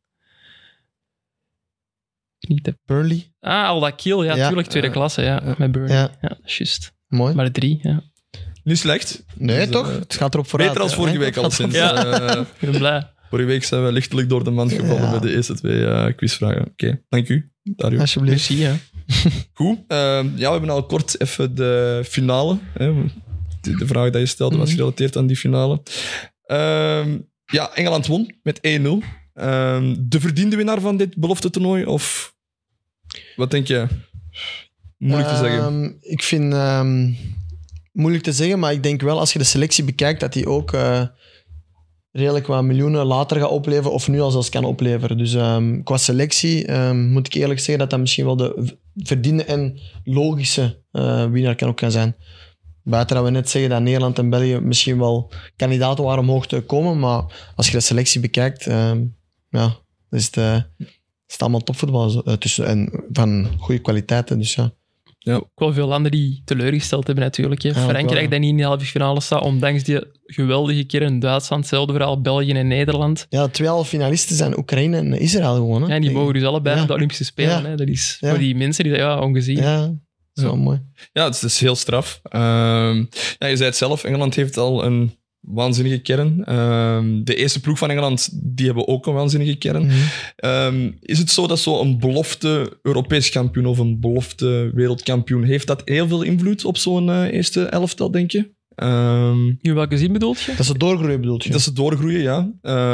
Niet de... Burnley. Al-Dakil, ja, tuurlijk, tweede klasse, ja. Met Burnley. Ja, juist. Mooi. Maar 3, ja. Niet slecht. Nee, Dus, toch? Het gaat erop vooruit. Beter als vorige week al sinds. Ik ben blij. Vorige week zijn we lichtelijk door de mand gevallen met de eerste 2 quizvragen. Oké, dank u, Dario. Alsjeblieft. Merci, ja. Goed. We hebben al kort even de finale. Hè. De vraag die je stelde was gerelateerd aan die finale. Engeland won met 1-0. De verdiende winnaar van dit belofte toernooi? Of wat denk je? Moeilijk te zeggen. Ik vind... moeilijk te zeggen, maar ik denk wel als je de selectie bekijkt dat die ook redelijk wat miljoenen later gaat opleveren of nu al zelfs kan opleveren. Dus qua selectie moet ik eerlijk zeggen dat dat misschien wel de verdiende en logische winnaar kan zijn. Buiten dat we net zeggen dat Nederland en België misschien wel kandidaten waren om hoog te komen, maar als je de selectie bekijkt, dan is het allemaal topvoetbal tussen en van goede kwaliteiten. Dus ja. Ja. Ook wel veel landen die teleurgesteld hebben natuurlijk. Hè. Frankrijk dat niet in de halve finale staat, ondanks die geweldige keer in Duitsland. Hetzelfde verhaal, België en Nederland. Ja, 2 halve finalisten zijn Oekraïne en Israël gewoon. Hè? Ja, en die mogen dus allebei naar de Olympische Spelen. Ja. Hè. Dat is voor die mensen die dat ongezien. Ja, dat is wel mooi. Ja, het is heel straf. Je zei het zelf, Engeland heeft al een waanzinnige kern. De eerste ploeg van Engeland, die hebben ook een waanzinnige kern. Is het zo dat zo'n belofte Europees kampioen of een belofte wereldkampioen, heeft dat heel veel invloed op zo'n eerste elftal, denk je? In welke zin bedoelt je? Dat ze doorgroeien, bedoelt je? Dat ze doorgroeien, ja.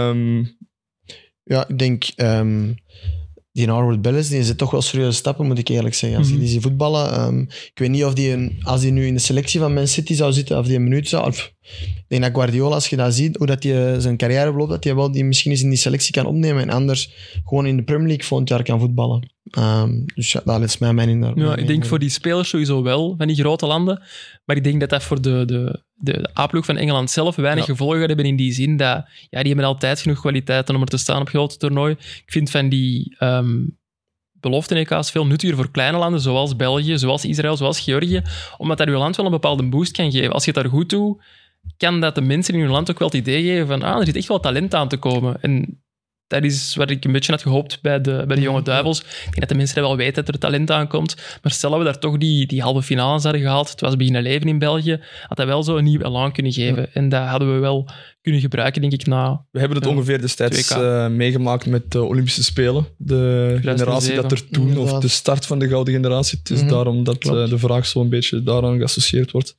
Ja, ik denk... die Harwood Bellis, die zet toch wel serieuze stappen, moet ik eerlijk zeggen. Als die ziet voetballen... ik weet niet of als die nu in de selectie van Man City zou zitten, of die een minuut zou... ik denk dat Guardiola, als je dat ziet, hoe dat hij zijn carrière beloopt, dat hij wel die misschien eens in die selectie kan opnemen en anders gewoon in de Premier League volgend jaar kan voetballen. Dus ja, dat is mijn mening daar. Ja, ik denk voor die spelers sowieso wel, van die grote landen. Maar ik denk dat dat voor de A-ploeg van Engeland zelf weinig gevolgen gaat hebben in die zin dat die hebben altijd genoeg kwaliteiten om er te staan op grote toernooi. Ik vind van die belofte-EK's veel nuttiger voor kleine landen zoals België, zoals Israël, zoals Georgië, omdat dat je land wel een bepaalde boost kan geven. Als je het daar goed doet, kan dat de mensen in je land ook wel het idee geven van er zit echt wel talent aan te komen. En dat is wat ik een beetje had gehoopt bij de jonge duivels. Ik denk dat de mensen wel weten dat er talent aankomt. Maar stel dat we daar toch die halve finales hadden gehaald, het was beginnen leven in België, had dat wel zo een nieuw elan kunnen geven. Ja. En dat hadden we wel kunnen gebruiken, denk ik, We hebben het ongeveer destijds meegemaakt met de Olympische Spelen. De generatie dat er toen, of de start van de gouden generatie. Het is daarom dat de vraag zo een beetje daaraan geassocieerd wordt.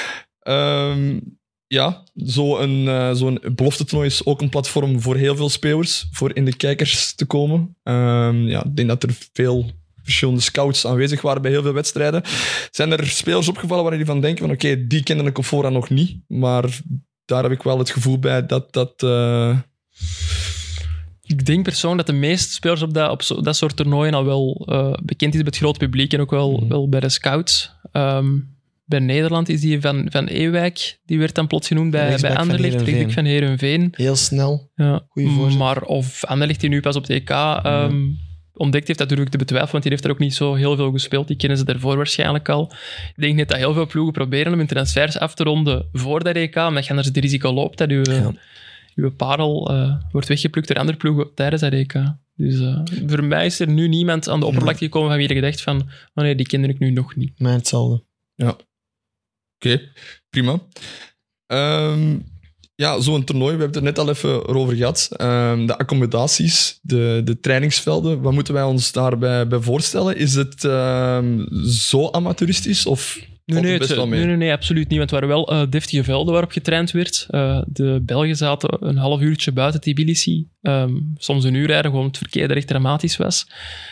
Zo'n beloftetoernooi is ook een platform voor heel veel spelers, voor in de kijkers te komen. Ik denk dat er veel verschillende scouts aanwezig waren bij heel veel wedstrijden. Zijn er spelers opgevallen waar jullie van denken van oké, die kende ik op voorhand nog niet, maar daar heb ik wel het gevoel bij dat... Ik denk persoonlijk dat de meeste spelers op dat soort toernooien al wel bekend is bij het grote publiek en ook wel bij de scouts. Bij Nederland is die van Ewijk, die werd dan plots genoemd bij Anderlecht, Riekwijk van Heerenveen. Heel snel, goeie voorzet. Maar of Anderlecht die nu pas op de EK ontdekt heeft, dat durf ik te betwijfelen, want die heeft er ook niet zo heel veel gespeeld. Die kennen ze daarvoor waarschijnlijk al. Ik denk net dat heel veel ploegen proberen om hun transfers af te ronden voor dat EK, omdat je anders het risico loopt dat uw parel wordt weggeplukt door andere ploegen tijdens dat EK. Dus voor mij is er nu niemand aan de oppervlakte gekomen van wie je gedacht van nee, die kende ik nu nog niet. Maar hetzelfde. Ja. Oké, prima. Zo'n toernooi, we hebben het er net al even over gehad. De accommodaties, de trainingsvelden, wat moeten wij ons daarbij voorstellen? Is het zo amateuristisch of Nee, absoluut niet. Want het waren wel deftige velden waarop getraind werd. De Belgen zaten een half uurtje buiten Tbilisi. Soms een uur rijden, gewoon het verkeer dat echt dramatisch was.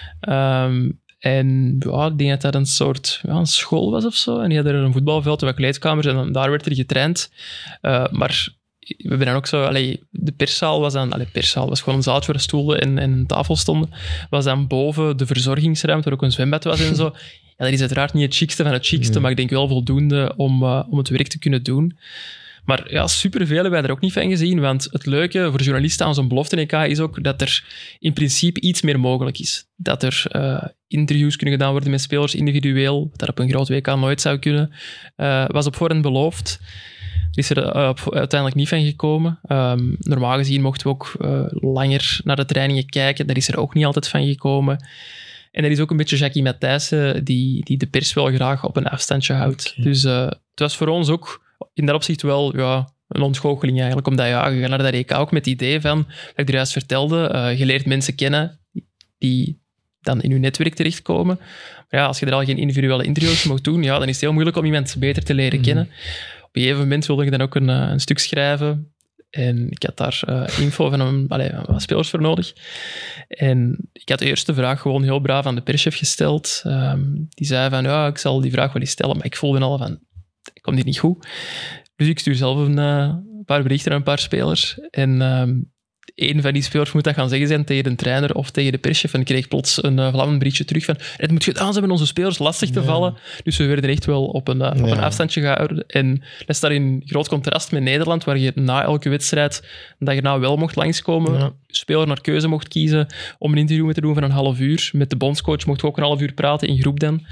En ja, ik denk dat dat een soort een school was of zo. En die hadden er een voetbalveld en wat kleedkamers en dan, daar werd er getraind. Maar we hebben dan ook zo... de perszaal was dan... perszaal was gewoon een zaaltje waar stoelen en een tafel stonden. Was dan boven de verzorgingsruimte, waar ook een zwembad was en zo. Ja, dat is uiteraard niet het chicste van het chicste, maar ik denk wel voldoende om het werk te kunnen doen. Maar ja, superveel hebben wij er ook niet van gezien, want het leuke voor journalisten aan zo'n belofte-EK is ook dat er in principe iets meer mogelijk is. Dat er interviews kunnen gedaan worden met spelers individueel, dat op een groot WK nooit zou kunnen. Was op voorhand beloofd. Er is er uiteindelijk niet van gekomen. Normaal gezien mochten we ook langer naar de trainingen kijken. Daar is er ook niet altijd van gekomen. En er is ook een beetje Jackie Matthijssen die de pers wel graag op een afstandje houdt. Okay. Dus het was voor ons ook in dat opzicht wel een ontgoocheling eigenlijk. Omdat je gaat naar dat EK ook met het idee van, wat ik er juist vertelde, je leert mensen kennen die dan in je netwerk terechtkomen. Maar ja, als je er al geen individuele interviews mocht doen, dan is het heel moeilijk om iemand beter te leren kennen. Op een gegeven moment wilde ik dan ook een stuk schrijven. En ik had daar info van wat spelers voor nodig. En ik had de eerste vraag gewoon heel braaf aan de perschef gesteld. Die zei van, ik zal die vraag wel eens stellen, maar ik voelde al van, ik kom hier niet goed. Dus ik stuur zelf een paar berichten aan een paar spelers. En een van die spelers moet dat gaan zeggen zijn tegen de trainer of tegen de perschef. En ik kreeg plots een vlammend berichtje terug van, het moet gedaan zijn met onze spelers lastig te vallen. Dus we werden echt wel op een afstandje gehouden. En dat staat in groot contrast met Nederland, waar je na elke wedstrijd dat je nou wel mocht langskomen, speler naar keuze mocht kiezen om een interview mee te doen van een half uur. Met de bondscoach mocht je ook een half uur praten in groep dan.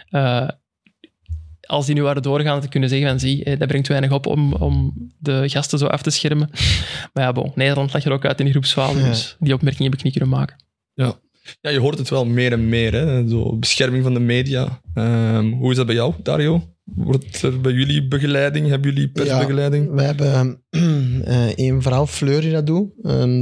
Als die nu waren doorgaan, te kunnen zeggen van zie, dat brengt weinig op om de gasten zo af te schermen. Maar ja, Nederland lag er ook uit in die groepsfase, dus die opmerking heb ik niet kunnen maken. Ja, je hoort het wel meer en meer, hè? Zo, bescherming van de media. Hoe is dat bij jou, Dario? Wordt er bij jullie begeleiding? Hebben jullie persbegeleiding? Ja, wij hebben één vrouw, Fleur, die dat doet.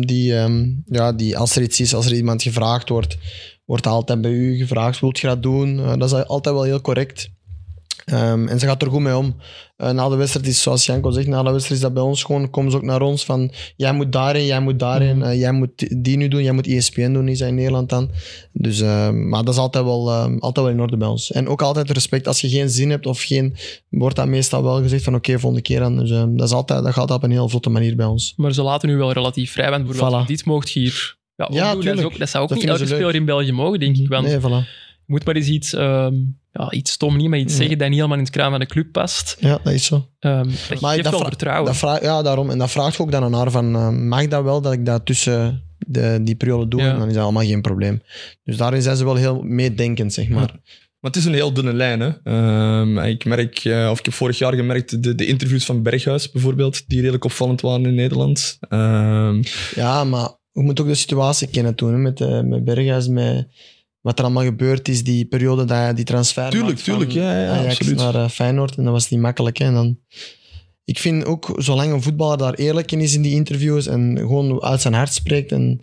Die als er iets is, als er iemand gevraagd wordt altijd bij u gevraagd, wilt je dat doen? Dat is altijd wel heel correct. En ze gaat er goed mee om. Na de wedstrijd is, zoals Janko zegt, na de wedstrijd is dat bij ons gewoon, komen ze ook naar ons van, jij moet daarin, jij moet die nu doen, jij moet ESPN doen, is dat in Nederland dan. Dus, maar dat is altijd wel in orde bij ons. En ook altijd respect, als je geen zin hebt of geen, wordt dat meestal wel gezegd van oké, volgende keer dan. Dus dat gaat altijd op een heel vlotte manier bij ons. Maar ze laten nu wel relatief vrij, want bijvoorbeeld dit mocht je hier doen. Dat zou ook niet elke speler in België mogen, denk ik. Want nee, voilà. Je moet maar eens iets stom niet, maar iets zeggen dat niet helemaal in het kraam van de club past. Ja, dat is zo. Dat geeft wel vertrouwen. Daarom. En dat vraagt ook dan aan haar van, mag dat wel dat ik dat tussen die periode doe? En dan is dat allemaal geen probleem. Dus daarin zijn ze wel heel meedenkend, zeg maar. Ja. Maar het is een heel dunne lijn, hè. Ik heb vorig jaar gemerkt, de interviews van Berghuis bijvoorbeeld, die redelijk opvallend waren in Nederland. Ja, maar je moet ook de situatie kennen toen, hè, met Berghuis, met wat er allemaal gebeurd is, die periode dat hij die transfer Tuurlijk, ja, Ajax absoluut. Naar Feyenoord, en dat was niet makkelijk. Hè. En dan, ik vind ook, zolang een voetballer daar eerlijk in is in die interviews en gewoon uit zijn hart spreekt, en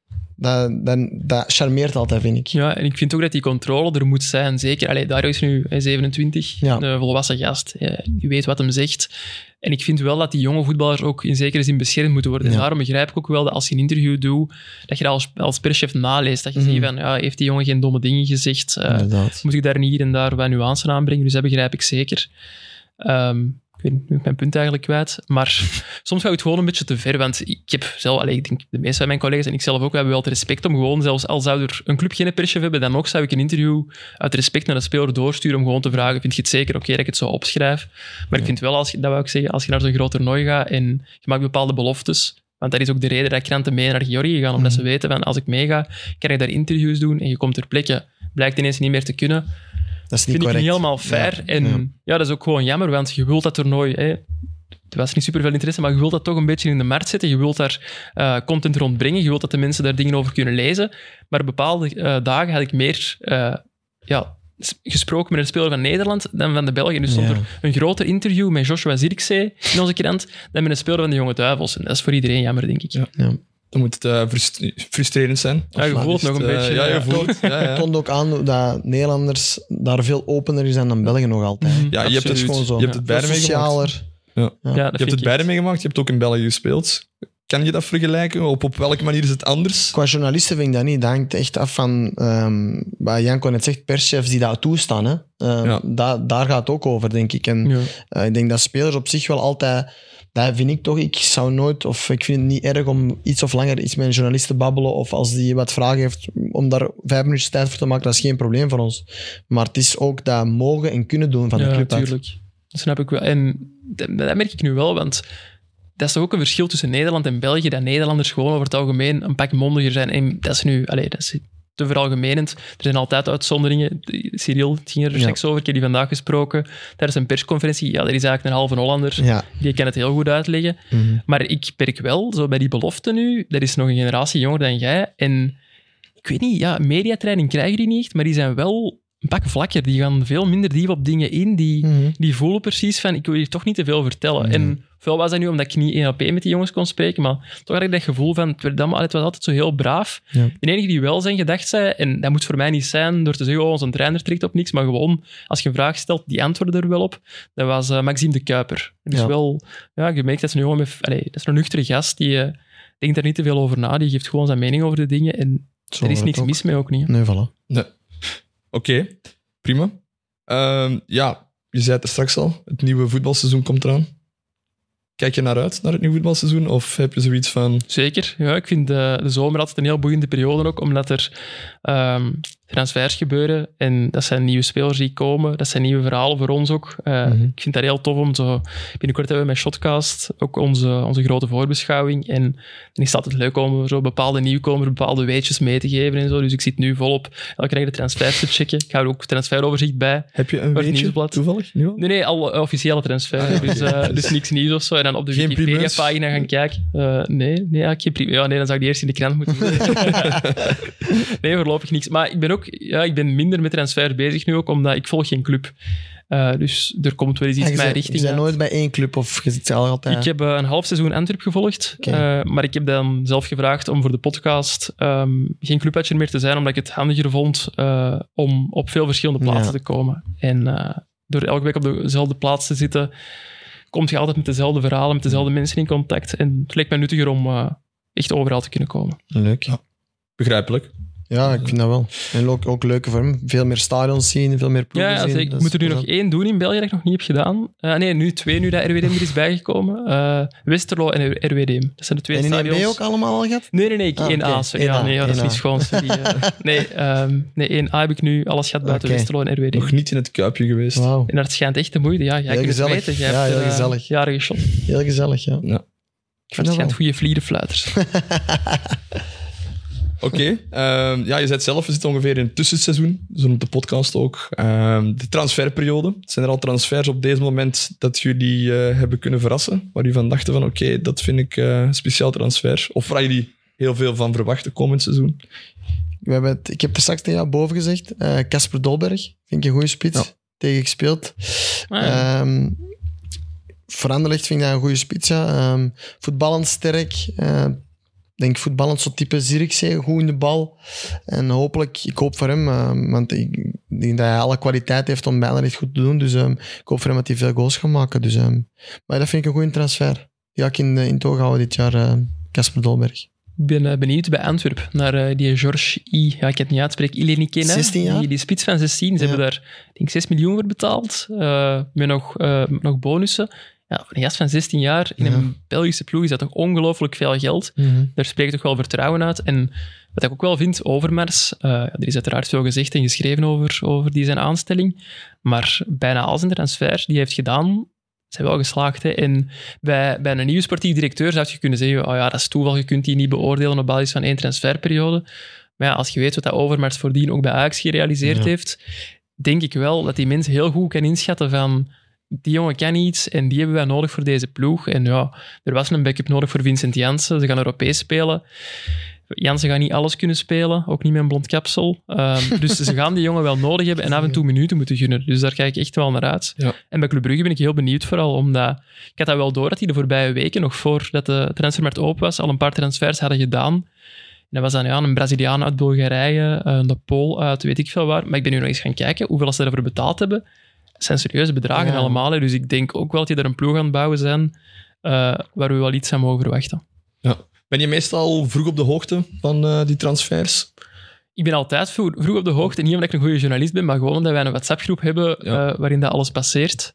dat charmeert altijd, vind ik. Ja, en ik vind ook dat die controle er moet zijn, zeker. Dario is nu 27, een volwassen gast, die weet wat hem zegt. En ik vind wel dat die jonge voetballers ook in zekere zin beschermd moeten worden. En daarom begrijp ik ook wel dat als je een interview doet, dat je dat als perschef naleest. Dat je ziet van, heeft die jongen geen domme dingen gezegd? Moet ik daar niet hier en daar wat nuance aanbrengen? Dus dat begrijp ik zeker. Ik weet nu mijn punt eigenlijk kwijt. Maar soms gaat het gewoon een beetje te ver. Want ik heb zelf, ik denk de meeste van mijn collega's en ik zelf ook, we hebben wel het respect om gewoon, zelfs al zou er een club geen perschef hebben, dan nog zou ik een interview uit respect naar de speler doorsturen om gewoon te vragen, vind je het zeker oké dat ik het zo opschrijf? Maar ik vind wel, dat wou ik zeggen, als je naar zo'n groot toernooi gaat en je maakt bepaalde beloftes, want dat is ook de reden dat kranten mee naar Georgië gaan, omdat ze weten van, als ik meega, kan ik daar interviews doen en je komt ter plekke, blijkt ineens niet meer te kunnen. Dat is niet vind correct. Ik niet helemaal fair. En dat is ook gewoon jammer, want je wilt dat toernooi... er was niet superveel interesse, maar je wilt dat toch een beetje in de markt zetten. Je wilt daar content rond brengen. Je wilt dat de mensen daar dingen over kunnen lezen. Maar bepaalde dagen had ik meer gesproken met een speler van Nederland dan van de Belgen. Dus stond er een groter interview met Joshua Zirkzee in onze krant dan met een speler van de Jonge Duivels. En dat is voor iedereen jammer, denk ik. Ja. Dan moet het frustrerend zijn. Ja, je voelt nog een beetje. Ja, je voelt het. Het toont ook aan dat Nederlanders daar veel opener zijn dan Belgen nog altijd. Ja, je hebt het, gewoon zo. je hebt het beide Veel meegemaakt. socialer. Ja. Ja, dat Je hebt vind het ik. beide meegemaakt. Je hebt ook in België gespeeld. Kan je dat vergelijken? Op welke manier is het anders? Qua journalisten vind ik dat niet. Dat hangt echt af van, wat Janko net zegt, perschefs die dat toestaan. Hè. Daar gaat het ook over, denk ik. En ik denk dat spelers op zich wel altijd... Dat vind ik toch. Ik zou nooit... Of ik vind het niet erg om iets of langer iets met een journalist te babbelen. Of als die wat vragen heeft, om daar 5 minuutjes tijd voor te maken, dat is geen probleem voor ons. Maar het is ook dat mogen en kunnen doen van de club. Ja, tuurlijk. Dat snap ik wel. En dat merk ik nu wel, want... Dat is toch ook een verschil tussen Nederland en België, dat Nederlanders gewoon over het algemeen een pak mondiger zijn. En dat is nu... dat is te veralgemenend. Er zijn altijd uitzonderingen. Cyril, het ging er straks over. Ik heb die vandaag gesproken. Tijdens een persconferentie. Ja, er is eigenlijk een halve Hollander. Ja. Die kan het heel goed uitleggen. Mm-hmm. Maar ik merk wel, zo bij die belofte nu, dat is nog een generatie jonger dan jij. En ik weet niet, mediatraining krijgen die niet echt, maar die zijn wel een pak vlakker. Die gaan veel minder diep op dingen in. Die voelen precies van, ik wil hier toch niet te veel vertellen. En veel was dat nu omdat ik niet 1 op 1 met die jongens kon spreken, maar toch had ik dat gevoel van, het was altijd zo heel braaf. Ja. De enige die wel zijn gedacht zei, en dat moet voor mij niet zijn door te zeggen, onze trainer trekt op niks, maar gewoon, als je een vraag stelt, die antwoorden er wel op. Dat was Maxime de Kuiper. Dus wel, je merkt dat ze nu gewoon dat is een nuchtere gast, die denkt daar niet te veel over na, die geeft gewoon zijn mening over de dingen en er is niks mis mee ook niet. Nee, voilà. Nee. Oké, prima. Je zei het er straks al, het nieuwe voetbalseizoen komt eraan. Kijk je naar uit, naar het nieuwe voetbalseizoen? Of heb je zoiets van... Zeker. Ja, ik vind de zomer altijd een heel boeiende periode ook, omdat er transfers gebeuren en dat zijn nieuwe spelers die komen. Dat zijn nieuwe verhalen voor ons ook. Ik vind dat heel tof om zo... Binnenkort hebben we met Shotcast ook onze grote voorbeschouwing. En dan is het altijd leuk om zo bepaalde nieuwkomers, bepaalde weetjes mee te geven en zo. Dus ik zit nu volop elke dag de transfers te checken. Ik hou er ook transferoverzicht bij. Heb je een weetje toevallig? Nu al? Nee, al officiële transfer. Dus niks nieuws of zo. En dan op de Wikipedia-pagina gaan kijken. Nee, eigenlijk geen primeurs. Ja, nee, dan zou ik die eerst in de krant moeten doen. Nee, voorlopig niks. Maar ik ben minder met transfer bezig nu ook, omdat ik volg geen club. Dus er komt wel eens iets mijn richting. Je bent nooit bij 1 club of je zit altijd... Ik heb een half seizoen Antwerp gevolgd, maar ik heb dan zelf gevraagd om voor de podcast geen clubwatcher meer te zijn, omdat ik het handiger vond om op veel verschillende plaatsen te komen. En door elke week op dezelfde plaats te zitten, kom je altijd met dezelfde verhalen, met dezelfde mensen in contact. En het leek mij nuttiger om echt overal te kunnen komen. Leuk. Ja. Begrijpelijk. Ja, ik vind dat wel. En ook leuker voor hem. Veel meer stadions zien, veel meer ploegen zien. Ik moet er nu nog 1 doen in België dat ik nog niet heb gedaan. Nu 2, nu dat RWDM er is bijgekomen. Westerlo en RWDM. Dat zijn de 2 stadions. En in 1B ook allemaal al gehad? Nee, ik 1A. Sorry. Dat is niet schoon. Nee, 1A heb ik nu alles gehad buiten Westerlo en RWDM. Nog niet in het Kuipje geweest. Wow. En dat schijnt echt de moeite. Ja, jij kunt het weten. Jij hebt heel gezellig. Jaren geschot. Heel gezellig, ja. Het schijnt goede vlierenfluiters. Oké. Je zei zelf, we zitten ongeveer in het tussenseizoen. Zo noemt de podcast ook. De transferperiode. Zijn er al transfers op deze moment dat jullie hebben kunnen verrassen? Waar jullie van dachten van, oké, dat vind ik een speciaal transfer. Of waar jullie heel veel van verwachten komend seizoen? Ik heb er straks tegen jou boven gezegd. Casper Dolberg. Vind ik een goede spits. Tegen gespeeld. Voor Anderlecht vind ik dat een goede spits. Ja. Voetballend sterk. Ik denk voetballend zo type Zirkzee, goed in de bal. En hopelijk, ik hoop voor hem, want ik denk dat hij alle kwaliteit heeft om bijna echt goed te doen. Dus ik hoop voor hem dat hij veel goals gaat maken. Dus, maar dat vind ik een goede transfer. Die ga ik in het oog houden dit jaar, Casper Dolberg. Ik ben benieuwd bij Antwerp naar die George I. Ja, ik kan het niet uitspreken. Ilenikene. 16 jaar? Die spits van 16. Ze hebben daar, denk 6 miljoen voor betaald. Met nog bonussen. Ja, voor een gast van 16 jaar in een Belgische ploeg is dat toch ongelooflijk veel geld. Daar spreekt toch wel vertrouwen uit. En wat ik ook wel vind, Overmars, er is uiteraard veel gezegd en geschreven over die zijn aanstelling, maar bijna al zijn transfers die hij heeft gedaan, zijn wel geslaagd. Hè? En bij een nieuwe sportief directeur zou je kunnen zeggen, dat is toeval, je kunt die niet beoordelen op basis van 1 transferperiode. Maar ja, als je weet wat dat Overmars voordien ook bij Ajax gerealiseerd heeft, denk ik wel dat die mensen heel goed kan inschatten van die jongen kan iets en die hebben wij nodig voor deze ploeg. En er was een backup nodig voor Vincent Janssen. Ze gaan Europees spelen. Jansen gaat niet alles kunnen spelen, ook niet met een blond kapsel. Dus ze gaan die jongen wel nodig hebben en af en toe minuten moeten gunnen. Dus daar kijk ik echt wel naar uit. Ja. En bij Club Brugge ben ik heel benieuwd vooral, omdat ik had dat wel door dat die de voorbije weken, nog voordat de transfermarkt open was, al een paar transfers hadden gedaan. En dat was dan een Braziliaan uit Bulgarije, een Pool uit weet ik veel waar. Maar ik ben nu nog eens gaan kijken hoeveel ze ervoor betaald hebben. Het zijn serieuze bedragen allemaal. Hè. Dus ik denk ook wel dat die er een ploeg aan het bouwen zijn waar we wel iets aan mogen verwachten. Ja. Ben je meestal vroeg op de hoogte van die transfers? Ik ben altijd vroeg op de hoogte. Niet omdat ik een goede journalist ben, maar gewoon omdat wij een WhatsApp-groep hebben waarin dat alles passeert.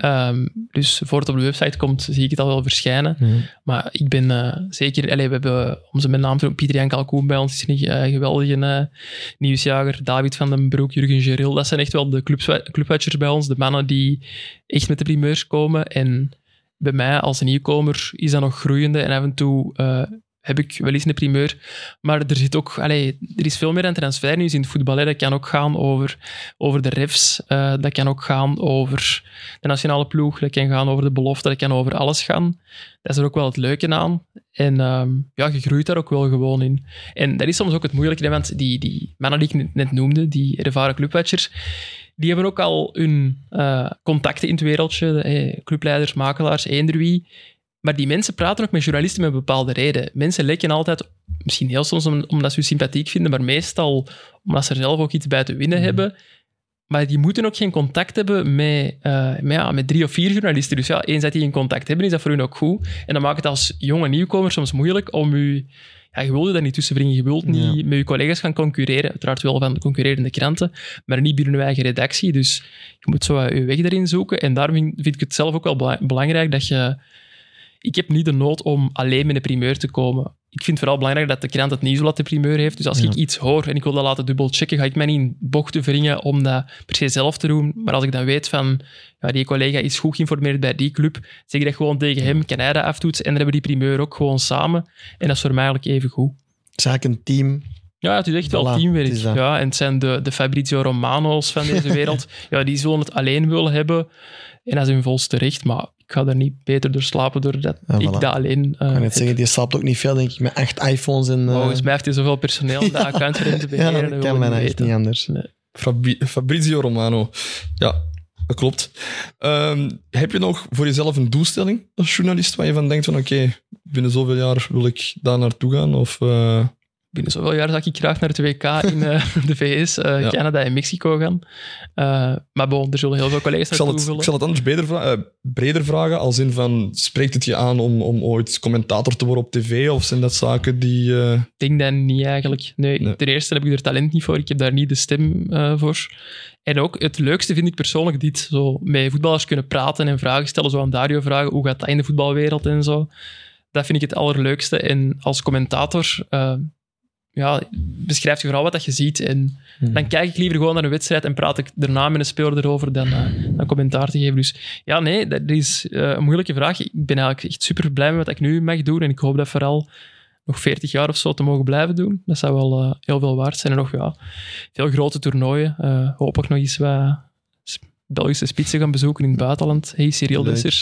Dus voor het op de website komt, zie ik het al wel verschijnen. Maar ik ben zeker... we hebben onze met naam Pieter-Jan Kalkoen bij ons, is een geweldige nieuwsjager. David van den Broek, Jurgen Geril. Dat zijn echt wel de clubwatchers bij ons. De mannen die echt met de primeurs komen. En bij mij als nieuwkomer is dat nog groeiende. En af en toe heb ik wel eens een primeur. Maar er zit ook... er is veel meer aan transfernieuws in het voetbal. Hè. Dat kan ook gaan over de refs. Dat kan ook gaan over de nationale ploeg. Dat kan gaan over de belofte. Dat kan over alles gaan. Dat is er ook wel het leuke aan. En je groeit daar ook wel gewoon in. En dat is soms ook het moeilijke. Hè, want die mannen die ik net noemde, die ervaren clubwatchers, die hebben ook al hun contacten in het wereldje. Clubleiders, makelaars, eender wie. Maar die mensen praten ook met journalisten met een bepaalde reden. Mensen lekken altijd, misschien heel soms omdat ze je sympathiek vinden, maar meestal omdat ze er zelf ook iets bij te winnen hebben. Maar die moeten ook geen contact hebben met 3 of 4 journalisten. Dus ja, eens dat die in contact hebben, is dat voor hun ook goed. En dan maakt het als jonge nieuwkomer soms moeilijk om je... Ja, je wilde daar niet tussen wringen. Je wilt niet met je collega's gaan concurreren. Uiteraard wel van de concurrerende kranten, maar niet binnen je eigen redactie. Dus je moet zo je weg erin zoeken. En daarom vind ik het zelf ook wel belangrijk dat je... Ik heb niet de nood om alleen met een primeur te komen. Ik vind het vooral belangrijk dat de krant het nieuwsblad de primeur heeft. Dus als ik iets hoor en ik wil dat laten dubbelchecken, ga ik mij niet in bochten wringen om dat per se zelf te doen. Maar als ik dan weet van, die collega is goed geïnformeerd bij die club, zeg ik dat gewoon tegen hem, kan hij dat aftoetsen? En dan hebben we die primeur ook gewoon samen. En dat is voor mij eigenlijk even goed. Het is eigenlijk een team. Ja, het is echt wel teamwerk. Ja, en het zijn de Fabrizio Romano's van deze wereld. Die zullen het alleen willen hebben. En dat is hun volste recht, maar ik ga daar niet beter door slapen doordat ik dat alleen ik kan net zeggen, die slaapt ook niet veel, denk ik, met 8 iPhones. En, volgens mij heeft hij zoveel personeel om dat account voor hem te beheren. Ja, dat kan mij echt niet anders. Nee. Fabrizio Romano. Ja, dat klopt. Heb je nog voor jezelf een doelstelling als journalist waar je van denkt van oké, binnen zoveel jaar wil ik daar naartoe gaan? Of... Binnen zoveel jaar zou ik graag naar het WK in de VS, Canada en Mexico gaan. Maar bon, er zullen heel veel collega's naartoe vullen. Ik zal het anders breder vragen, als in van, spreekt het je aan om ooit commentator te worden op tv, of zijn dat zaken die... Ik denk dat niet eigenlijk. Nee. Ten eerste heb ik er talent niet voor, ik heb daar niet de stem voor. En ook het leukste vind ik persoonlijk dit, zo met voetballers kunnen praten en vragen stellen, zo aan Dario vragen, hoe gaat dat in de voetbalwereld en zo. Dat vind ik het allerleukste. En als commentator... beschrijf je vooral wat je ziet. En dan kijk ik liever gewoon naar een wedstrijd en praat ik daarna met een speler erover dan commentaar te geven. Dus ja, nee, dat is een moeilijke vraag. Ik ben eigenlijk echt super blij met wat ik nu mag doen en ik hoop dat vooral nog 40 jaar of zo te mogen blijven doen. Dat zou wel heel veel waard zijn. En nog veel grote toernooien. Hopelijk nog eens wat Belgische spitsen gaan bezoeken in het buitenland. Hey, Cyril Dessers.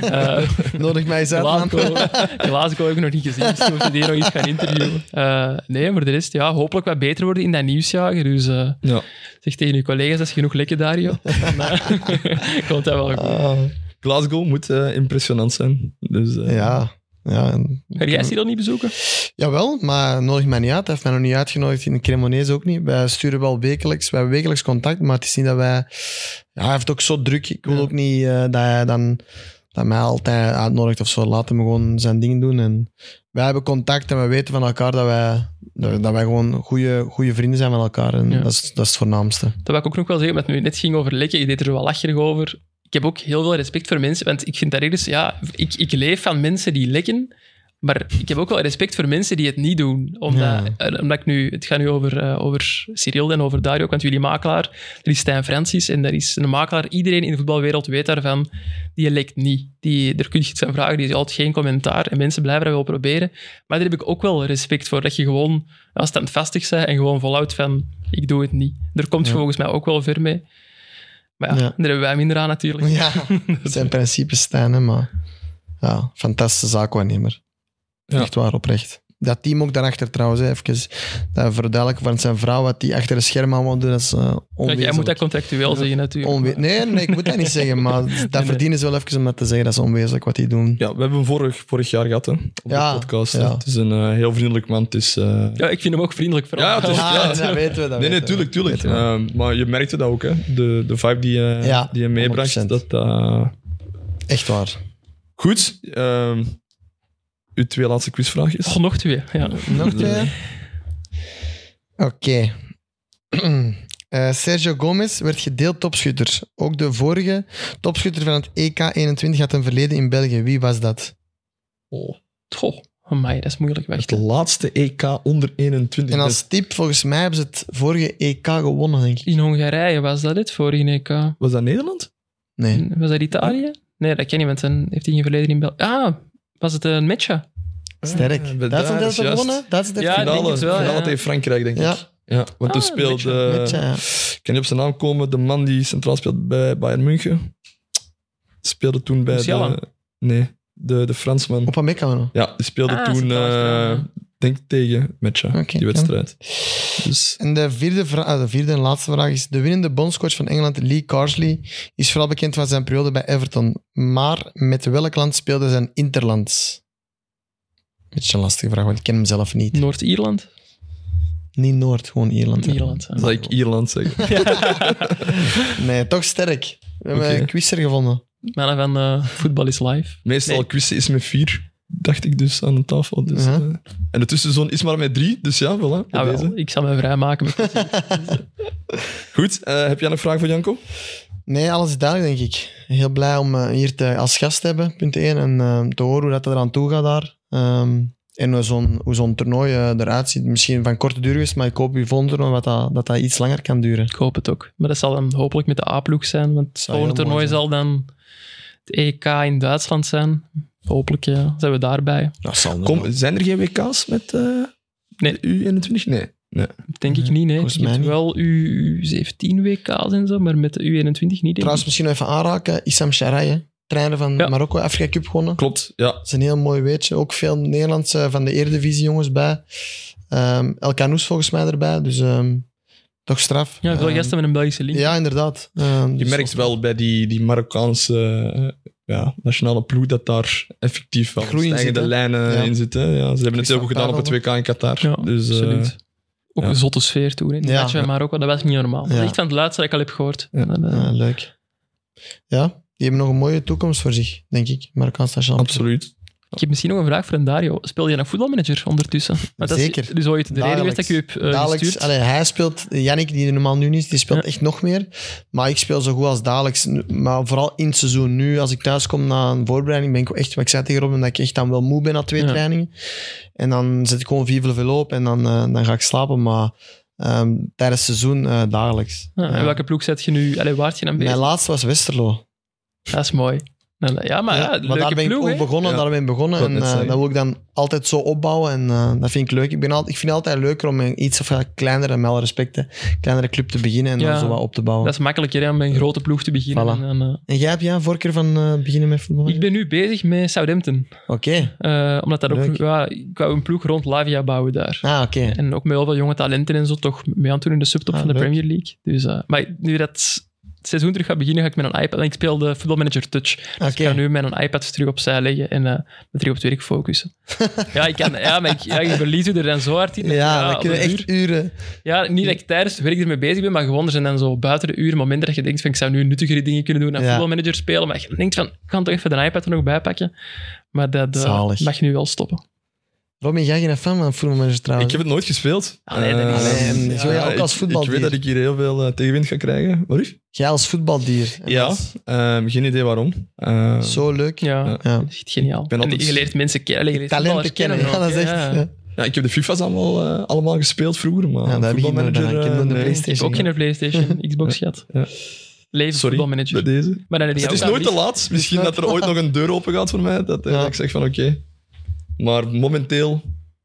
Nodig mij eens uit, man. Glasgow heb ik nog niet gezien, dus we moeten die nog eens gaan interviewen. Nee, maar de rest, hopelijk wat beter worden in dat nieuwsjager. Dus zeg tegen je collega's, dat is genoeg lekker, Dario. Komt dat wel goed. Glasgow moet impressionant zijn. Dus, Ga jij Cyril niet bezoeken? Jawel, maar nodig mij niet uit. Hij heeft mij nog niet uitgenodigd in de Cremonese ook niet. Wij sturen wel wekelijks. We hebben wekelijks contact, maar het is niet dat wij... Ja, hij heeft ook zo druk. Ik wil ook niet dat hij dan dat mij altijd uitnodigt of zo. Laat hem gewoon zijn ding doen. En wij hebben contact en we weten van elkaar dat wij gewoon goede vrienden zijn met elkaar. En dat is het voornaamste. Dat wil ik ook nog wel zeggen, omdat het nu net ging over lekken. Je deed er wel lacherig over. Ik heb ook heel veel respect voor mensen, want ik vind dat ergens... Ik leef van mensen die lekken, maar ik heb ook wel respect voor mensen die het niet doen. Omdat ik nu... Het gaat nu over Cyril en over Dario, want jullie makelaar. Er is Stijn Francis en er is een makelaar. Iedereen in de voetbalwereld weet daarvan. Die lekt niet. Daar kun je iets aan vragen, die is altijd geen commentaar. En mensen blijven dat wel proberen. Maar daar heb ik ook wel respect voor. Dat je gewoon standvastig bent en gewoon volhoudt van... Ik doe het niet. Daar komt je volgens mij ook wel ver mee. Maar daar hebben wij minder aan natuurlijk. Ja, dat zijn principes, Stijn, maar fantastische zaakwaarnemer. Echt waar, oprecht. Dat team ook daarachter trouwens, hè, even dat verduidelijken van zijn vrouw, wat die achter de schermen allemaal doen, dat is onwezenlijk. Jij moet dat contractueel zeggen natuurlijk. Nee, ik moet dat niet zeggen, maar dat verdienen ze wel even om dat te zeggen. Dat is onwezenlijk wat die doen. Ja, we hebben hem vorig jaar gehad hè, op de podcast. Hè. Het is een heel vriendelijk man. Het is, Ja, ik vind hem ook vriendelijk. Vooral. Ja, het is- Dat weten we. Nee, tuurlijk. Weten we. Maar je merkte dat ook, hè. De vibe die je meebracht. 100%. Dat, Echt waar. Goed. Uw 2 laatste quizvraagjes. Oh, nog 2. Ja. Nog 2? Oké. Sergio Gomez werd gedeeld topschutter. Ook de vorige topschutter van het EK21 had een verleden in België. Wie was dat? Goh, amai, dat is moeilijk weg. Het laatste EK onder 21. En als tip, volgens mij hebben ze het vorige EK gewonnen, denk ik. In Hongarije was dat het, vorige EK. Was dat Nederland? Nee. Was dat Italië? Nee, dat ken je, want dan heeft hij geen verleden in België. Ah, was het een matchje? Sterk. bij Duitsland heeft daar is het juist. gewonnen? Duitsland heeft Ja, het ik denk gewonnen. het wel, finale ja. tegen Frankrijk, denk Ja. ik. Ja, want toen speelde... Met, ja. Kan je op zijn naam komen? De man die centraal speelt bij Bayern München. Speelde toen bij Musiala? de Fransman. Upamecano. Ja, die speelde toen, centraal spelen. denk ik, tegen Metja, Oké, die wedstrijd. Dus En de vierde en laatste vraag is... De winnende bondscoach van Engeland, Lee Carsley, is vooral bekend van zijn periode bij Everton. Maar met welk land speelde zijn interland? Beetje een lastige vraag, want ik ken hem zelf niet. Noord-Ierland? Niet Noord, gewoon Ierland. hè. Ierland. zal ik Ierland zeggen. Nee, toch sterk. We hebben Oké. een quizzer gevonden. Mannen van Voetbal is Live. Meestal Nee. quizzen is met 4, dacht ik dus, aan de tafel. Dus, Ja. en de tussenzoon is maar met 3, dus ja, voilà. bij Ja, wel, deze. ik zal me vrijmaken. Met Goed, heb jij een vraag voor Janko? Nee, alles is duidelijk, denk ik. Heel blij om hier als gast te hebben, punt 1. En te horen hoe dat eraan toe gaat daar. En hoe zo'n toernooi eruit ziet. Misschien van korte duur geweest, maar ik hoop uw volgende toernooi dat iets langer kan duren. Ik hoop het ook. Maar dat zal dan hopelijk met de A-ploeg zijn, want het Zou volgende heel mooi toernooi zijn. zal dan het EK in Duitsland zijn. Hopelijk zijn we daarbij. Dat zal Zijn er geen WK's met Nee. U21? Nee. Denk ik niet, nee. volgens Je mij hebt niet. wel U17 WK's en zo, maar met de U21 niet, denk Trouwens, ik. misschien nog even aanraken. Issam Sharaï, trainer van Ja. Marokko, Afrika Cup gewonnen. Klopt, ja. Dat is een heel mooi weetje. Ook veel Nederlandse van de Eredivisie jongens bij. El Canoes volgens mij erbij. Dus toch straf. Ja, veel gasten met een Belgische link. Ja, inderdaad. Je Dus merkt wel bij die Marokkaanse nationale ploeg dat daar effectief wel Groei in stijgende zit, hè? lijnen Ja. in zitten. Ja, ze hebben het heel goed gedaan op het Christian WK in Qatar. Ja, dus, absoluut. Ook ja. een zotte sfeer toen. Hè. Die Ja. match bij Marokko, dat was niet normaal. Dat is Ja. echt van het luidste dat ik al heb gehoord. Ja. Ja, leuk. Ja, die hebben nog een mooie toekomst voor zich, denk ik. Marokkaanse nationale ploeg. absoluut. Ik heb misschien nog een vraag voor een Dario. Speel je een voetbalmanager ondertussen? Maar dat Zeker. is dus ooit de reden geweest dat ik u heb Dagelijks. gestuurd. Allee, hij speelt, Yannick, die er normaal nu niet is, die speelt Ja. echt nog meer. Maar ik speel zo goed als dagelijks. Maar vooral in het seizoen. Nu, als ik thuis kom na een voorbereiding, ben ik echt, wat ik zei tegen Robin, dat ik echt dan wel moe ben na 2 Ja. trainingen. En dan zet ik gewoon 4 veel op en dan ga ik slapen. Maar tijdens het seizoen dagelijks. Ja, en welke ploeg zet je nu? Allee, waar zit je aan bezig? Mijn laatste was Westerlo. Dat is mooi. Ja, maar ja, maar leuke daar ben ik ploeg, ook hè? begonnen. Ja. Daar ben ik begonnen. Ik wou En net zeggen. dat wil ik dan altijd zo opbouwen. En dat vind ik leuk. Ik vind het altijd leuker om een iets of kleinere, met alle respect, hè, kleinere club te beginnen en Ja. dan zo wat op te bouwen. Dat is makkelijker hè, om bij een grote ploeg te beginnen. Voilà. En dan, En jij hebt een voorkeur van beginnen met voetbal? ik ben nu bezig met Southampton. Oké. Omdat dat ook... Leuk. Ja, ik wou een ploeg rond Lavia bouwen daar. Ah, oké. En ook met heel veel jonge talenten en zo toch mee aan het doen in de subtop Ah, van de leuk. Premier League. Dus, maar nu dat het seizoen terug gaat beginnen, ga ik met een iPad... En ik speel de voetbalmanager Touch. Dus ik ga Oké. nu met een iPad terug opzij leggen en me terug op het werk focussen. Ja, ik kan... Ja, maar ik verlies u er dan zo hard in. Ja, dan op kunnen we een echt uur- uren. Ja, niet dat ik tijdens het werk ermee bezig ben, maar gewoon er zijn dan zo buiten de uren momenten dat je denkt van ik zou nu nuttigere dingen kunnen doen dan Ja. voetbalmanager spelen. Maar je denkt van, ik kan toch even de iPad er nog bij pakken. Maar dat Zalig. mag je nu wel stoppen. Robin, jij geen fan van voetbalmanager trouwens? Ik heb het nooit gespeeld. Allee, dat is- Allee, en zo jij ook als ik voetbaldier. weet dat ik hier heel veel tegenwind ga krijgen. Wat is? Jij als voetbaldier. En Ja, dat is geen idee waarom. Zo leuk. Ja, Ja. Ja. dat is echt geniaal. ben En altijd- je leert mensen kennen, je leert Talenten voetballers kennen. Ja, dat is echt... ook, ja. Ja, ik heb de FIFA's allemaal gespeeld vroeger, maar Ja, dat heb ik niet voetbalmanager, gedaan. Ik heb nog de nee. Ik heb PlayStation. ook geen PlayStation, Xbox gehad. Ja. Leven Sorry, voetbalmanager. bij deze. Maar dan heb je Het is ook nooit te aan laat. Misschien dat er ooit nog een deur open gaat voor mij. Dat Ja. ik zeg van oké. Maar momenteel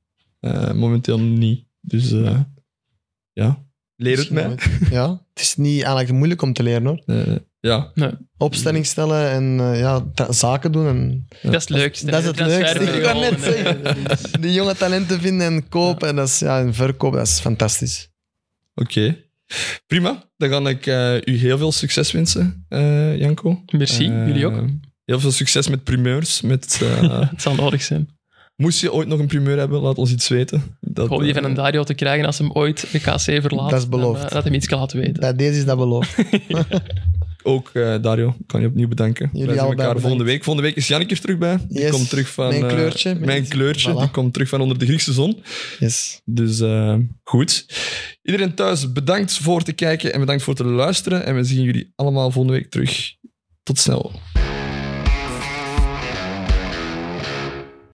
niet. Dus ja, leer het mij. Ja, het is niet eigenlijk moeilijk om te leren hoor. Ja. Nee. Opstelling stellen en zaken doen. En, Dat is het leukste. dat is het leukste. Ik kan net zeggen. zeggen. Die jonge talenten vinden en kopen. En, dat is, en verkopen, dat is fantastisch. Oké. Prima. Dan ga ik u heel veel succes wensen, Janko. Merci, jullie ook. Heel veel succes met primeurs. Het zal nodig zijn. Moest je ooit nog een primeur hebben, laat ons iets weten. Ik hoop die van een Dario te krijgen als hem ooit de KC verlaat. Dat is beloofd. Dat hem iets kan laten weten. Bij deze is dat beloofd. Ook Dario, kan je opnieuw bedanken. Jullie Wij zien allebei elkaar volgende bedankt. week. Volgende week is Janneke er terug bij. Die Yes. komt terug van... Mijn kleurtje. Mijn kleurtje. Voilà. Die komt terug van onder de Griekse zon. Yes. Dus goed. Iedereen thuis, bedankt voor te kijken en bedankt voor te luisteren. En we zien jullie allemaal volgende week terug. Tot snel.